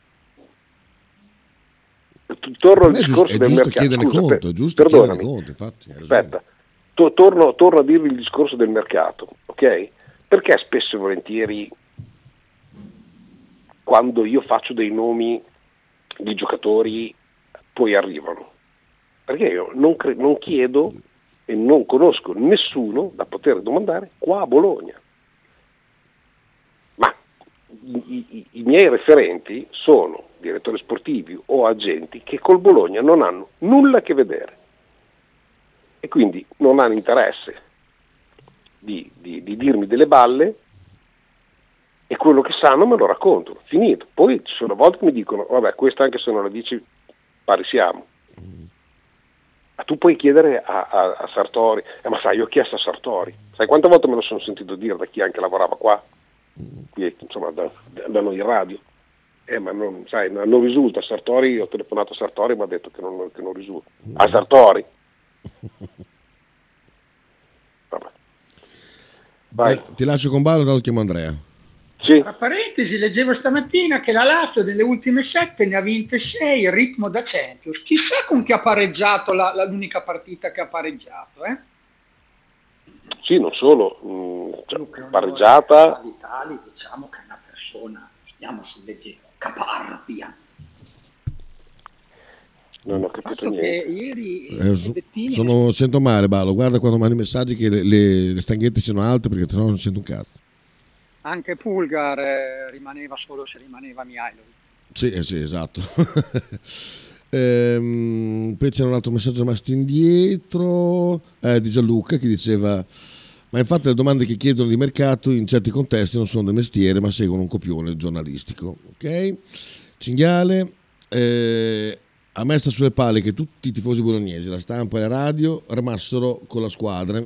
Torno al discorso del mercato. È giusto chiederne conto, infatti. Aspetta, torno a dirvi il discorso del mercato, ok? Perché spesso e volentieri quando io faccio dei nomi di giocatori poi arrivano, perché io non chiedo e non conosco nessuno da poter domandare qua a Bologna, ma i miei referenti sono direttori sportivi o agenti che col Bologna non hanno nulla a che vedere e quindi non hanno interesse di dirmi delle balle, e quello che sanno me lo raccontano, finito. Poi ci sono volte che mi dicono: vabbè, questa anche se non la dici pari siamo. Ma tu puoi chiedere a Sartori, ma sai, io ho chiesto a Sartori, sai quante volte me lo sono sentito dire da chi anche lavorava qua, qui, insomma da noi in radio, ma non, sai, non risulta. Sartori, ho telefonato a Sartori e mi ha detto che non risulta. A Sartori. Vabbè. Vai. Ti lascio con Ballo, tanto chiamo Andrea. Sì. Tra parentesi, leggevo stamattina che la Lazio delle ultime 7 ne ha vinte 6, ritmo da Champions. Chissà con chi ha pareggiato l'unica partita che ha pareggiato, eh? Sì, non solo, pareggiata. L'Italia, diciamo che è una persona, stiamo sul leggero, caparbia. Non ho capito Fatto che niente. ieri Sento male, Ballo. Guarda quando mandi messaggi che le stanghette siano alte, perché sennò non sento un cazzo. anche Pulgar rimaneva solo se rimaneva Mihailovic. Sì, esatto. Poi c'era un altro messaggio rimasto indietro di Gianluca che diceva: ma infatti le domande che chiedono di mercato in certi contesti non sono del mestiere ma seguono un copione giornalistico. Ok, Cinghiale, a me sta sulle palle che tutti i tifosi bolognesi, la stampa e la radio remassero con la squadra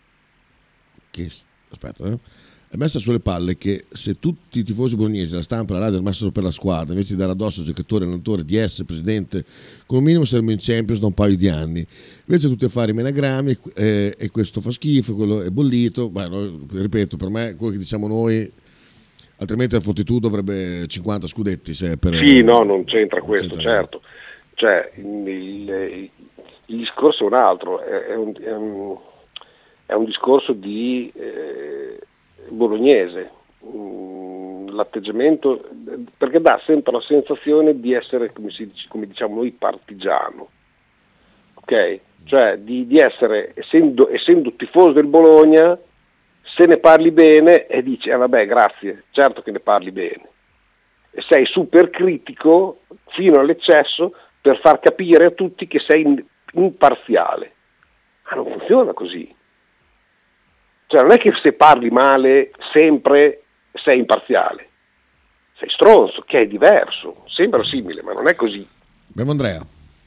a me sta sulle palle che se tutti i tifosi bolognesi, la stampa e la radio remassero per la squadra invece di dare addosso al giocatore, allenatore, DS, presidente, con un minimo saremmo in Champions da un paio di anni. Invece tutti a fare i menagrammi e questo fa schifo, quello è bollito. Beh, ripeto, per me quello che diciamo noi, altrimenti il Fortitudo avrebbe 50 scudetti. Sì, no, non c'entra questo, certo. Cioè, il discorso è un altro, è un discorso di bolognese, l'atteggiamento, perché dà sempre la sensazione di essere, come diciamo noi, partigiano, ok? Cioè di essere, essendo tifoso del Bologna, se ne parli bene e dici vabbè, grazie, certo che ne parli bene, e sei super critico fino all'eccesso per far capire a tutti che sei imparziale. Ma non funziona così. Cioè non è che se parli male sempre sei imparziale, sei stronzo, che è diverso, sembra simile, ma non è così. Abbiamo Andrea.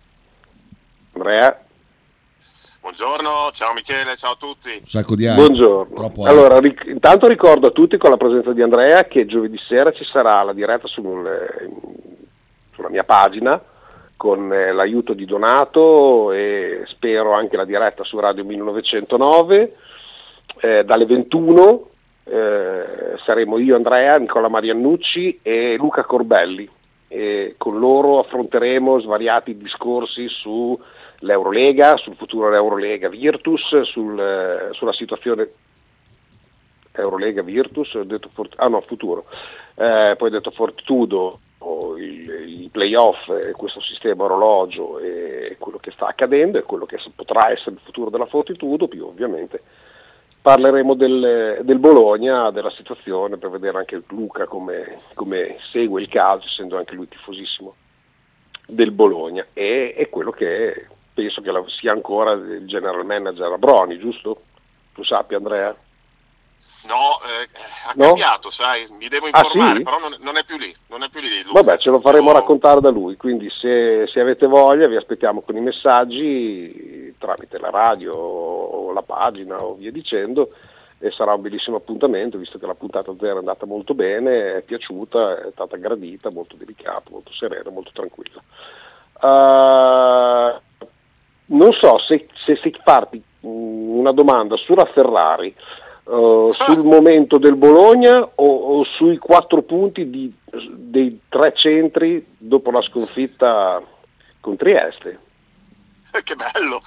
Buongiorno, ciao Michele, ciao a tutti. Un sacco di Buongiorno. Allora, intanto ricordo a tutti con la presenza di Andrea che giovedì sera ci sarà la diretta sulla mia pagina con l'aiuto di Donato e spero anche la diretta su Radio 1909 dalle 21. Saremo io, Andrea, Nicola Mariannucci e Luca Corbelli, e con loro affronteremo svariati discorsi sull'Eurolega, sul futuro dell'Eurolega Virtus, sulla situazione Eurolega Virtus, ho detto futuro, poi ho detto Fortitudo, i playoff, questo sistema orologio e quello che sta accadendo e quello che potrà essere il futuro della Fortitudo, più ovviamente parleremo del Bologna, della situazione, per vedere anche Luca come segue il calcio, essendo anche lui tifosissimo del Bologna, e quello che penso che sia ancora il general manager Abroni, giusto? Tu sappia, Andrea? No, ha cambiato, sai, mi devo informare, sì? però non è più lì, Luca. Vabbè, ce lo faremo raccontare da lui, quindi se avete voglia vi aspettiamo con i messaggi tramite la radio o la pagina o via dicendo, e sarà un bellissimo appuntamento, visto che la puntata 0 è andata molto bene, è piaciuta, è stata gradita, molto delicata, molto serena, molto tranquilla. Non so se farti una domanda sulla Ferrari, sul momento del Bologna o sui 4 punti dei 3 centri dopo la sconfitta con Trieste. Che bello!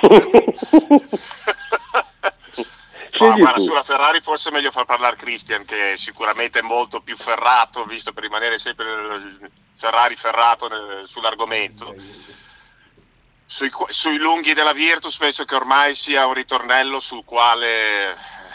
Guarda, sulla Ferrari forse è meglio far parlare Christian, che sicuramente è molto più ferrato, visto per rimanere sempre Ferrari ferrato sull'argomento. Sui lunghi della Virtus penso che ormai sia un ritornello sul quale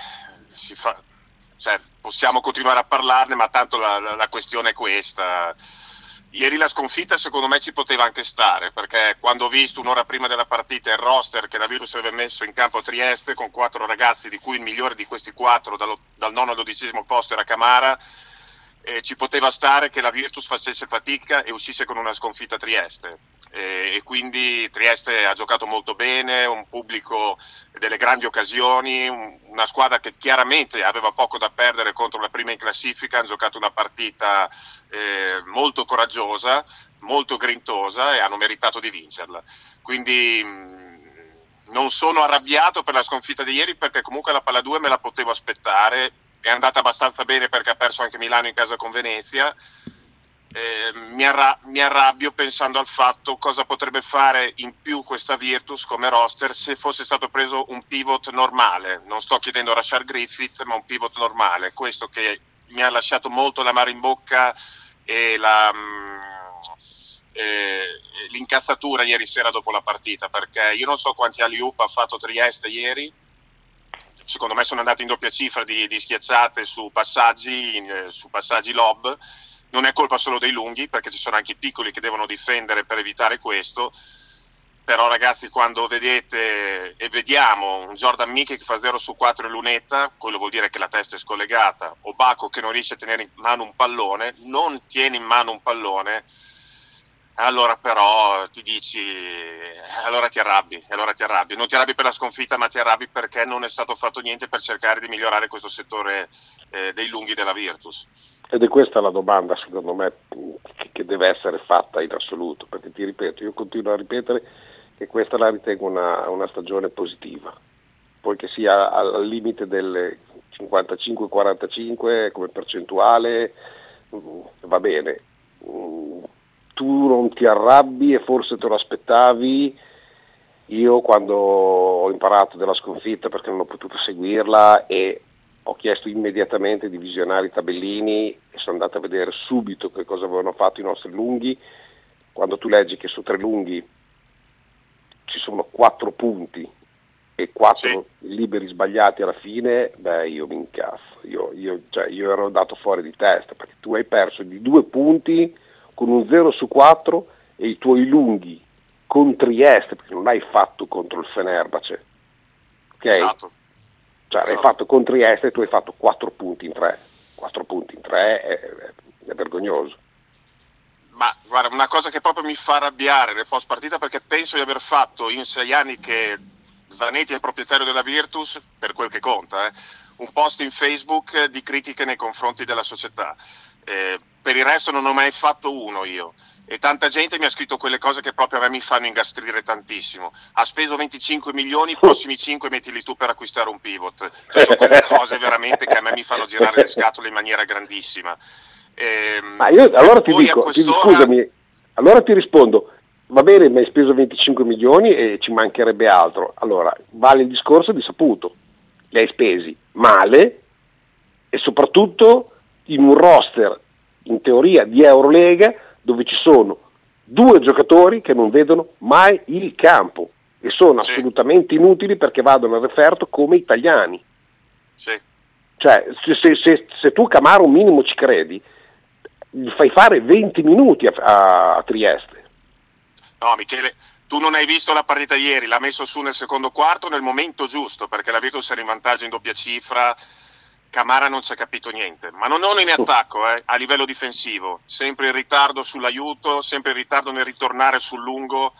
possiamo continuare a parlarne, ma tanto la questione è questa. Ieri la sconfitta secondo me ci poteva anche stare, perché quando ho visto un'ora prima della partita il roster che la Virtus aveva messo in campo a Trieste con 4 ragazzi, di cui il migliore di questi 4 dal 9 al 12° posto era Camara, ci poteva stare che la Virtus facesse fatica e uscisse con una sconfitta a Trieste. E quindi Trieste ha giocato molto bene, un pubblico, delle grandi occasioni, una squadra che chiaramente aveva poco da perdere contro la prima in classifica. Hanno giocato una partita molto coraggiosa, molto grintosa, e hanno meritato di vincerla. Quindi non sono arrabbiato per la sconfitta di ieri, perché comunque la palla 2 me la potevo aspettare, è andata abbastanza bene perché ha perso anche Milano in casa con Venezia. Mi arrabbio pensando al fatto cosa potrebbe fare in più questa Virtus come roster se fosse stato preso un pivot normale. Non sto chiedendo Rashard Griffith, ma un pivot normale. Questo che mi ha lasciato molto l'amaro in bocca e l'incazzatura ieri sera dopo la partita, perché io non so quanti alley-oop ha fatto Trieste ieri. Secondo me sono andati in doppia cifra di schiacciate su passaggi lob. Non è colpa solo dei lunghi, perché ci sono anche i piccoli che devono difendere per evitare questo. Però ragazzi, quando vedete e vediamo un Jordan Mickey che fa 0 su 4 in lunetta, quello vuol dire che la testa è scollegata, o Baco che non riesce a tenere in mano un pallone, non tiene in mano un pallone, allora però ti dici, allora ti arrabbi, non ti arrabbi per la sconfitta, ma ti arrabbi perché non è stato fatto niente per cercare di migliorare questo settore dei lunghi della Virtus. Ed è questa la domanda, secondo me, che deve essere fatta in assoluto, perché ti ripeto, io continuo a ripetere che questa la ritengo una stagione positiva, poi che sia al limite del 55-45 come percentuale va bene. Tu non ti arrabbi e forse te lo aspettavi. Io quando ho imparato della sconfitta, perché non ho potuto seguirla, e ho chiesto immediatamente di visionare i tabellini e sono andato a vedere subito che cosa avevano fatto i nostri lunghi. Quando tu leggi che su 3 lunghi ci sono 4 punti e 4 liberi sbagliati alla fine, beh, io mi incazzo, io ero andato fuori di testa, perché tu hai perso di 2 punti con un 0 su 4 e i tuoi lunghi con Trieste, perché non hai fatto contro il Fenerbahce, ok? Esatto. Cioè l'hai fatto con Trieste e tu hai fatto 4 punti in 3. 4 punti in 3 è vergognoso. Ma guarda, una cosa che proprio mi fa arrabbiare nel post partita, perché penso di aver fatto in 6 anni che Zanetti è proprietario della Virtus, per quel che conta, un post in Facebook di critiche nei confronti della società. Per il resto non ho mai fatto uno io, e tanta gente mi ha scritto quelle cose che proprio a me mi fanno ingastrire tantissimo. Ha speso 25 milioni, i prossimi 5 mettili tu per acquistare un pivot. Cioè, sono quelle cose veramente che a me mi fanno girare le scatole in maniera grandissima. Ma io allora scusami, allora ti rispondo, va bene, mi hai speso 25 milioni e ci mancherebbe altro. Allora, vale il discorso di saputo, li hai spesi male e soprattutto in un roster in teoria di Eurolega dove ci sono 2 giocatori che non vedono mai il campo e sono assolutamente inutili perché vanno al referto come italiani. Sì. Cioè, se tu Camaro un minimo ci credi, gli fai fare 20 minuti a Trieste. No, Michele, tu non hai visto la partita ieri, l'ha messo su nel secondo quarto nel momento giusto, perché la Virtus era in vantaggio in doppia cifra. Camara non ci ha capito niente, ma non in attacco, a livello difensivo, sempre in ritardo sull'aiuto, sempre in ritardo nel ritornare sul lungo.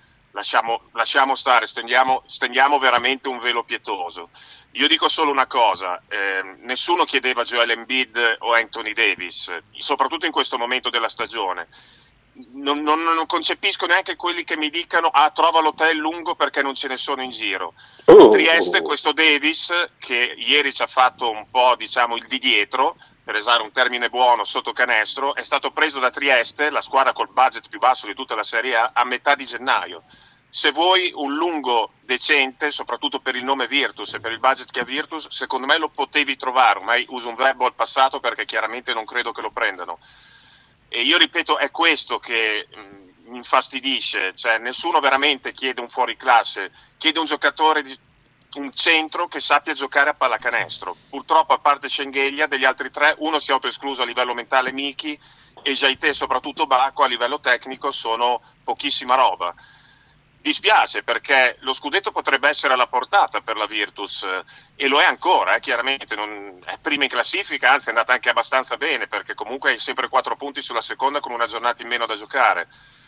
Lasciamo stare, stendiamo veramente un velo pietoso. Io dico solo una cosa, nessuno chiedeva Joel Embiid o Anthony Davis, soprattutto in questo momento della stagione. Non concepisco neanche quelli che mi dicano trova l'hotel lungo perché non ce ne sono in giro. Trieste, questo Davis che ieri ci ha fatto un po', diciamo, il di dietro, per usare un termine buono, sotto canestro, è stato preso da Trieste, la squadra col budget più basso di tutta la Serie A metà di gennaio. Se vuoi un lungo decente, soprattutto per il nome Virtus e per il budget che ha Virtus, secondo me lo potevi trovare, ormai uso un verbo al passato perché chiaramente non credo che lo prendano. E io ripeto, è questo che mi infastidisce, cioè nessuno veramente chiede un fuoriclasse, chiede un giocatore, un centro che sappia giocare a pallacanestro. Purtroppo, a parte Schengelia, degli altri 3, uno si è autoescluso a livello mentale, Miki, e Jaite, soprattutto Bacco, a livello tecnico sono pochissima roba. Dispiace perché lo scudetto potrebbe essere alla portata per la Virtus e lo è ancora, chiaramente è prima in classifica, anzi è andata anche abbastanza bene perché comunque hai sempre 4 punti sulla seconda con una giornata in meno da giocare.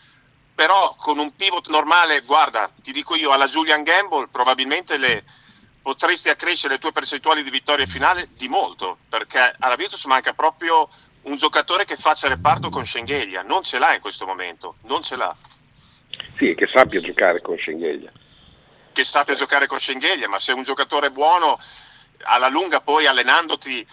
Però con un pivot normale, guarda, ti dico io, alla Julian Gamble probabilmente potresti accrescere le tue percentuali di vittoria finale di molto, perché alla Virtus manca proprio un giocatore che faccia reparto con Schengelia, non ce l'ha in questo momento, non ce l'ha. Sì, che sappia giocare con Schengelia. Che sappia giocare con Schengelia, ma se un giocatore buono, alla lunga poi allenandoti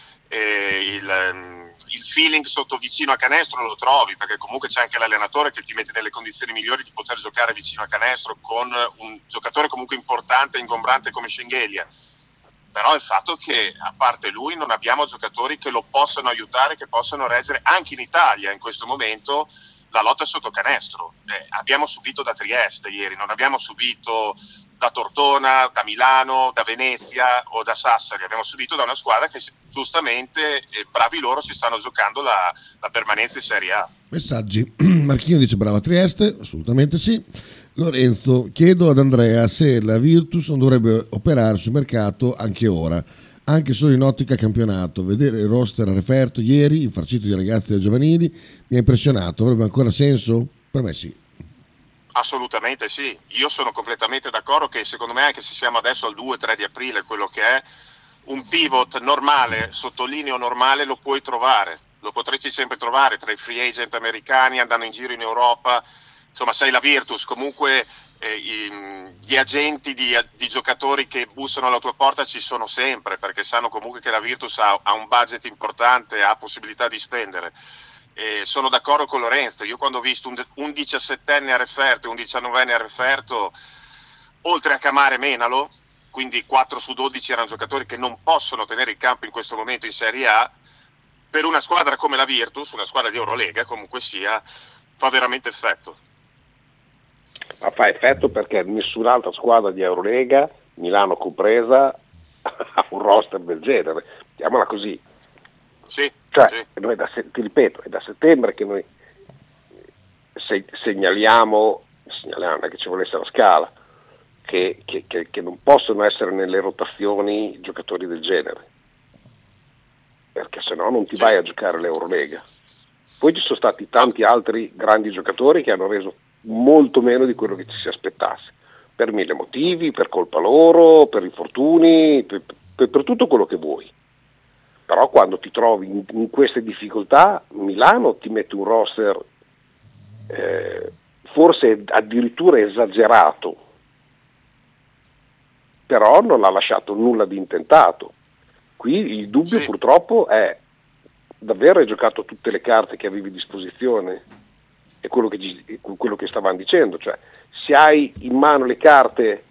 il feeling sotto vicino a canestro lo trovi, perché comunque c'è anche l'allenatore che ti mette nelle condizioni migliori di poter giocare vicino a canestro con un giocatore comunque importante e ingombrante come Schengelia. però il fatto che a parte lui non abbiamo giocatori che lo possano aiutare, che possano reggere anche in Italia in questo momento la lotta sotto canestro. Abbiamo subito da Trieste ieri, non abbiamo subito da Tortona, da Milano, da Venezia o da Sassari, abbiamo subito da una squadra che giustamente, bravi loro, si stanno giocando la permanenza in Serie A. Messaggi. Marchino dice brava Trieste, assolutamente sì. Lorenzo, chiedo ad Andrea se la Virtus non dovrebbe operare sul mercato anche ora, anche solo in ottica campionato. Vedere il roster a referto ieri, infarcito di ragazzi del giovanili, mi ha impressionato. Avrebbe ancora senso? Per me sì. Assolutamente sì, io sono completamente d'accordo che secondo me, anche se siamo adesso al 2-3 di aprile, quello che è un pivot normale, sottolineo normale, lo puoi trovare, lo potresti sempre trovare tra i free agent americani, andando in giro in Europa. Insomma, sei la Virtus, comunque gli agenti di giocatori che bussano alla tua porta ci sono sempre, perché sanno comunque che la Virtus ha un budget importante, ha possibilità di spendere. Sono d'accordo con Lorenzo, io quando ho visto un 17enne a referto e un 19enne a referto, oltre a Camare e Menalo, quindi 4 su 12 erano giocatori che non possono tenere il campo in questo momento in Serie A, per una squadra come la Virtus, una squadra di Eurolega comunque sia, fa veramente effetto. Ma fa effetto perché nessun'altra squadra di Eurolega, Milano compresa, ha un roster del genere, chiamala così. Sì, cioè, sì. Noi ti ripeto, è da settembre che noi segnaliamo, non è che ci volesse la scala, che non possono essere nelle rotazioni giocatori del genere, perché se no non ti vai a giocare l'Eurolega. Poi ci sono stati tanti altri grandi giocatori che hanno reso molto meno di quello che ci si aspettasse, per 1000 motivi, per colpa loro, per infortuni, per tutto quello che vuoi. Però quando ti trovi in queste difficoltà, Milano ti mette un roster forse addirittura esagerato, però non ha lasciato nulla di intentato. Qui il dubbio purtroppo è: davvero hai giocato tutte le carte che avevi a disposizione? È quello che stavamo dicendo, cioè se hai in mano le carte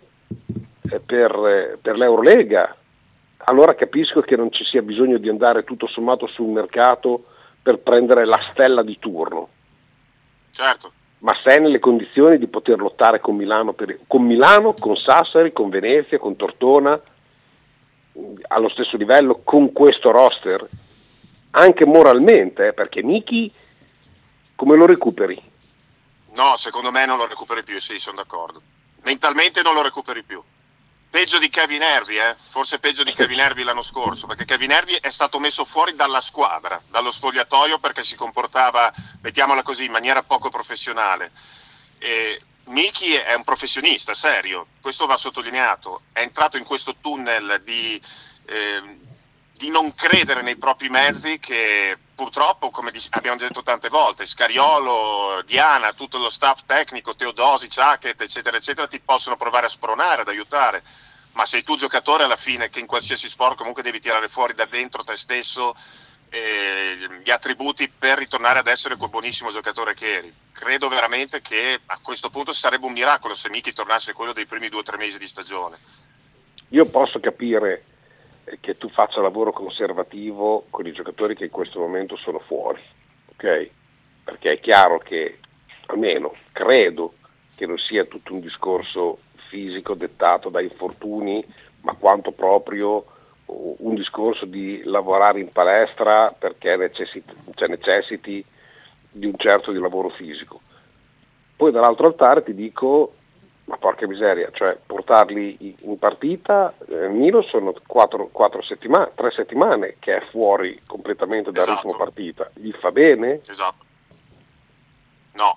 per l'Eurolega, allora capisco che non ci sia bisogno di andare tutto sommato sul mercato per prendere la stella di turno. Certo. Ma sei nelle condizioni di poter lottare con Milano, con Sassari, con Venezia, con Tortona, allo stesso livello, con questo roster, anche moralmente, perché Miki come lo recuperi? No, secondo me non lo recuperi più, sì, sono d'accordo. Mentalmente non lo recuperi più. Peggio di Kevin Hervey, forse peggio di Kevin Hervey l'anno scorso, perché Kevin Hervey è stato messo fuori dalla squadra, dallo spogliatoio, perché si comportava, mettiamola così, in maniera poco professionale. Miki è un professionista, serio, questo va sottolineato. È entrato in questo tunnel di non credere nei propri mezzi, che purtroppo, come abbiamo detto tante volte, Scariolo, Diana, tutto lo staff tecnico, Teodosic, Hackett, eccetera, eccetera, ti possono provare a spronare, ad aiutare, ma sei tu giocatore alla fine che in qualsiasi sport comunque devi tirare fuori da dentro te stesso gli attributi per ritornare ad essere quel buonissimo giocatore che eri. Credo veramente che a questo punto sarebbe un miracolo se Miki tornasse quello dei primi 2 o 3 mesi di stagione. Io posso capire che tu faccia lavoro conservativo con i giocatori che in questo momento sono fuori, ok? Perché è chiaro che, almeno credo, che non sia tutto un discorso fisico dettato da infortuni, ma quanto proprio un discorso di lavorare in palestra perché necessiti di un certo di lavoro fisico. Poi dall'altro altare ti dico, ma porca miseria, cioè portarli in partita, Milo sono 3 settimane che è fuori completamente dal ritmo partita. Gli fa bene? Esatto. No.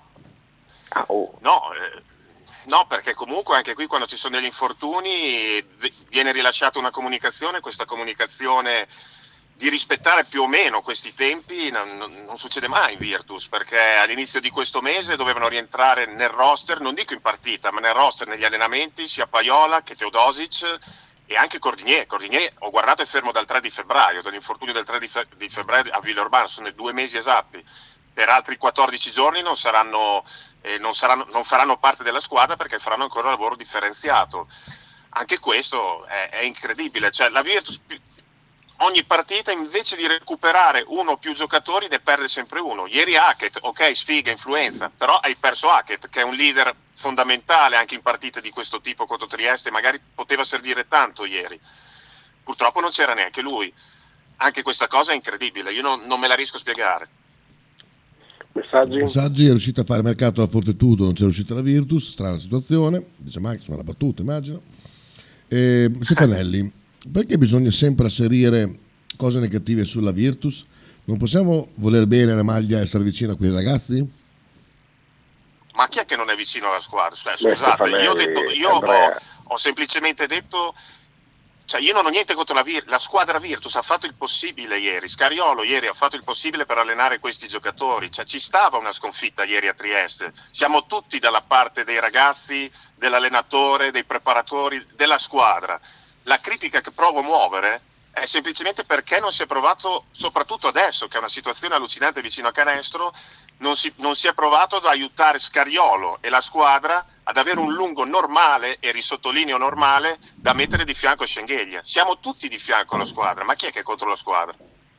No, perché comunque anche qui quando ci sono degli infortuni viene rilasciata una comunicazione, questa comunicazione di rispettare più o meno questi tempi non succede mai in Virtus, perché all'inizio di questo mese dovevano rientrare nel roster, non dico in partita, ma nel roster, negli allenamenti, sia Paiola che Teodosic e anche Cordinier. Cordinier, ho guardato, è fermo dal 3 di febbraio, dall'infortunio del 3 di febbraio a Villeurbanne, sono 2 mesi esatti. Per altri 14 giorni non faranno parte della squadra perché faranno ancora lavoro differenziato. anche questo è incredibile, cioè la Virtus ogni partita invece di recuperare uno o più giocatori ne perde sempre uno. Ieri Hackett, ok, sfiga, influenza, però hai perso Hackett che è un leader fondamentale anche in partite di questo tipo contro Trieste, magari poteva servire tanto ieri, purtroppo non c'era neanche lui. Anche questa cosa è incredibile, io non me la riesco a spiegare. Messaggi, è riuscito a fare mercato alla Fortitudo, non c'è riuscita la Virtus, strana situazione, dice Max, ma la battuta immagino. Stefanelli, perché bisogna sempre asserire cose negative sulla Virtus? Non possiamo voler bene la maglia e stare vicino a quei ragazzi? Ma chi è che non è vicino alla squadra? Scusate, io ho semplicemente detto, cioè io non ho niente contro la squadra Virtus, ha fatto il possibile ieri, Scariolo ieri ha fatto il possibile per allenare questi giocatori, cioè ci stava una sconfitta ieri a Trieste, siamo tutti dalla parte dei ragazzi, dell'allenatore, dei preparatori, della squadra. La critica che provo a muovere è semplicemente perché non si è provato, soprattutto adesso che è una situazione allucinante vicino a canestro, non si è provato ad aiutare Scariolo e la squadra ad avere un lungo normale, e risottolineo normale, da mettere di fianco a Schengelia. Siamo tutti di fianco alla squadra, ma chi è che è contro la squadra?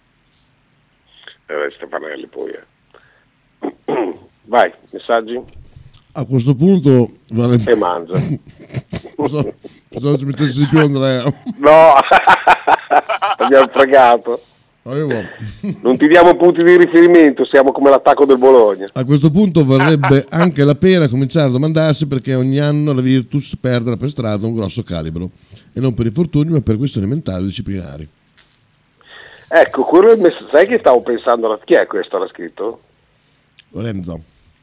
Stefanelli poi. Vai, messaggi? A questo punto E mangia. Pensavo ci mettessi di più Andrea. No, abbiamo fregato. Non ti diamo punti di riferimento, siamo come l'attacco del Bologna. A questo punto varrebbe anche la pena cominciare a domandarsi perché ogni anno la Virtus perde per strada un grosso calibro, e non per infortuni ma per questioni mentali o disciplinari. Ecco, quello è sai che stavo pensando, chi è questo l'ha scritto? Lorenzo.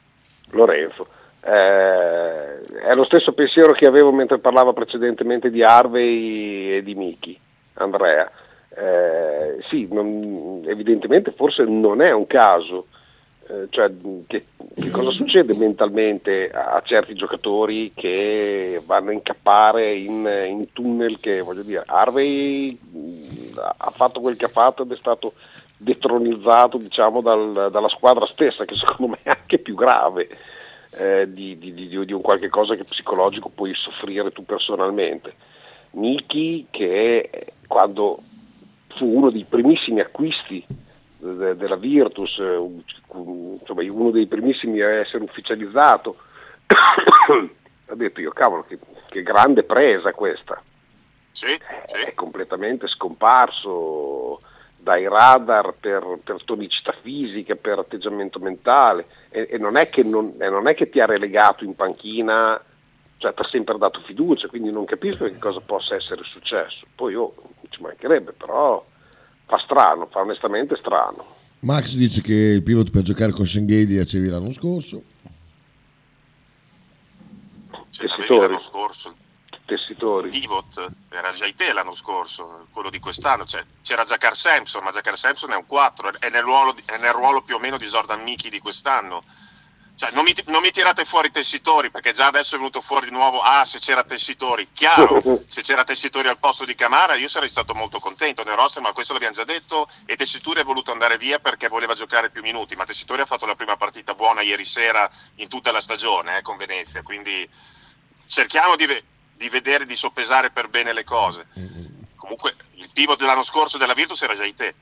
È lo stesso pensiero che avevo mentre parlava precedentemente di Harvey e di Miki, Andrea. Sì, evidentemente forse non è un caso, cioè che cosa succede mentalmente a certi giocatori che vanno a incappare in tunnel che, voglio dire, Harvey ha fatto quel che ha fatto ed è stato detronizzato, diciamo, dalla squadra stessa, che secondo me è anche più grave di un qualche cosa che psicologico puoi soffrire tu personalmente. Miki, che quando fu uno dei primissimi acquisti della Virtus, insomma uno dei primissimi a essere ufficializzato, ha detto io cavolo che grande presa questa. Sì. È completamente scomparso dai radar per tonicità fisica, per atteggiamento mentale, e non è che ti ha relegato in panchina, cioè ti ha sempre dato fiducia, quindi non capisco che cosa possa essere successo. Poi ci mancherebbe, però fa onestamente strano. Max dice che il pivot per giocare con Schengelia acevi l'anno scorso. Tessitori. Pivot era già te l'anno scorso, quello di quest'anno, cioè, c'era Jakar Sampson, ma Jakar Sampson è un 4, è nel ruolo più o meno di Jordan Miki di quest'anno. Cioè, non mi tirate fuori Tessitori, perché già adesso è venuto fuori di nuovo, se c'era Tessitori, chiaro, se c'era Tessitori al posto di Camara io sarei stato molto contento nel roster, ma questo l'abbiamo già detto, e Tessitori è voluto andare via perché voleva giocare più minuti, ma Tessitori ha fatto la prima partita buona ieri sera in tutta la stagione con Venezia, quindi cerchiamo di vedere, di soppesare per bene le cose. Comunque il pivot dell'anno scorso della Virtus era già te.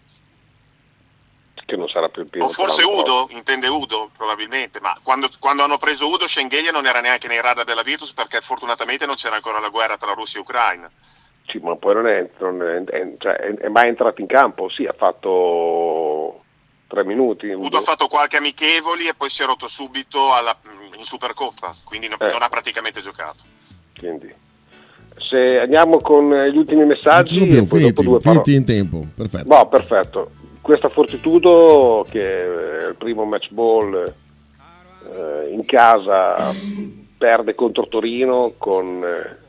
Che non sarà più il pivot. O forse Udo, intende Udo probabilmente, ma quando hanno preso Udo, Schengelia non era neanche nei radar della Virtus perché fortunatamente non c'era ancora la guerra tra Russia e Ucraina. Sì, ma poi non è mai entrato in campo, sì, ha fatto 3 minuti. Udo ha fatto qualche amichevoli e poi si è rotto subito in Supercoppa, quindi non ha praticamente giocato. Quindi se andiamo con gli ultimi messaggi e poi dopo due parole. Finiti in tempo, perfetto. No, perfetto. Questa Fortitudo, che è il primo match ball in casa, perde contro Torino con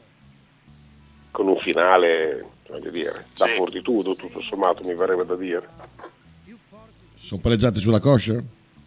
un finale, voglio dire, da Fortitudo, tutto sommato mi verrebbe da dire. Sono pareggiati sulla kosher?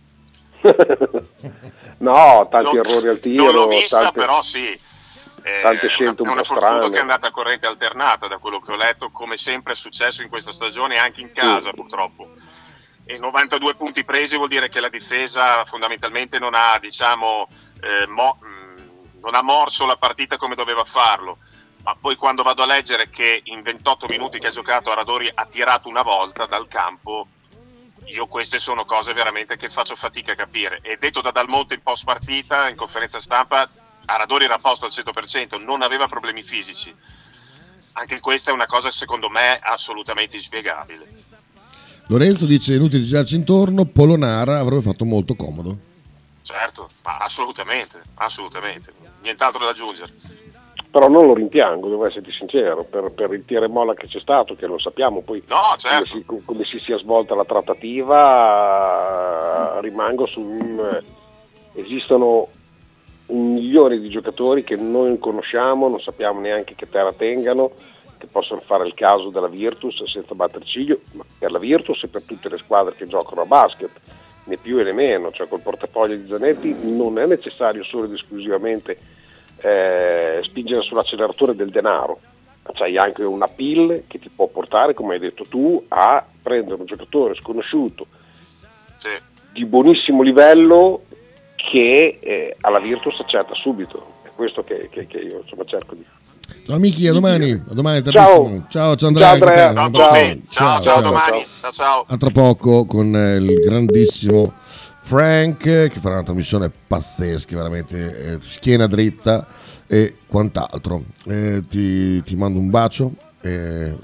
No, tanti errori al tiro. Non l'ho vista, però sì. Tante scelte un po' strane. È una Fortitudo che è andata a corrente alternata, da quello che ho letto, come sempre è successo in questa stagione, anche in casa purtroppo. E 92 punti presi vuol dire che la difesa fondamentalmente non ha, diciamo, non ha morso la partita come doveva farlo. ma poi quando vado a leggere che in 28 minuti che ha giocato Aradori ha tirato una volta dal campo, io queste sono cose veramente che faccio fatica a capire. E detto da Dal Monte in post partita, in conferenza stampa, Aradori era a posto al 100%, non aveva problemi fisici. Anche questa è una cosa secondo me assolutamente inspiegabile. Lorenzo dice inutile girarci intorno, Polonara avrebbe fatto molto comodo. Certo, ma assolutamente, nient'altro da aggiungere. Però non lo rimpiango, devo essere sincero, per il tira e molla che c'è stato, che lo sappiamo poi No, certo. come si sia svolta la trattativa, rimango esistono 1 milione di giocatori che noi conosciamo, non sappiamo neanche che terra tengano, che possono fare il caso della Virtus senza batter ciglio, ma per la Virtus e per tutte le squadre che giocano a basket, né più e né meno, cioè col portafoglio di Zanetti non è necessario solo ed esclusivamente spingere sull'acceleratore del denaro, c'hai anche una pill che ti può portare, come hai detto tu, a prendere un giocatore sconosciuto di buonissimo livello che alla Virtus accetta subito. È questo che io insomma cerco di. Ciao amici, a domani Ciao. tantissimo. Ciao Andrea. Ciao, Andrea. Ciao, domani. Ciao. A tra poco con il grandissimo Frank che farà una trasmissione pazzesca, veramente schiena dritta e quant'altro. Ti mando un bacio e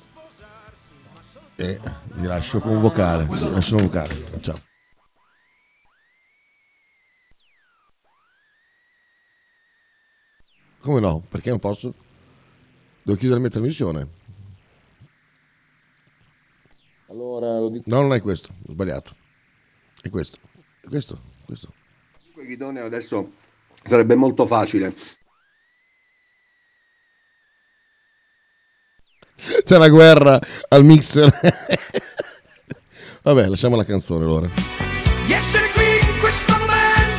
ti lascio con un vocale. Ciao. Come no? Perché non posso? Devo chiudere la mia trasmissione. Allora lo dico. No, non è questo, ho sbagliato. È questo. Guidone, adesso sarebbe molto facile. C'è la guerra al mixer. Vabbè, lasciamo la canzone allora.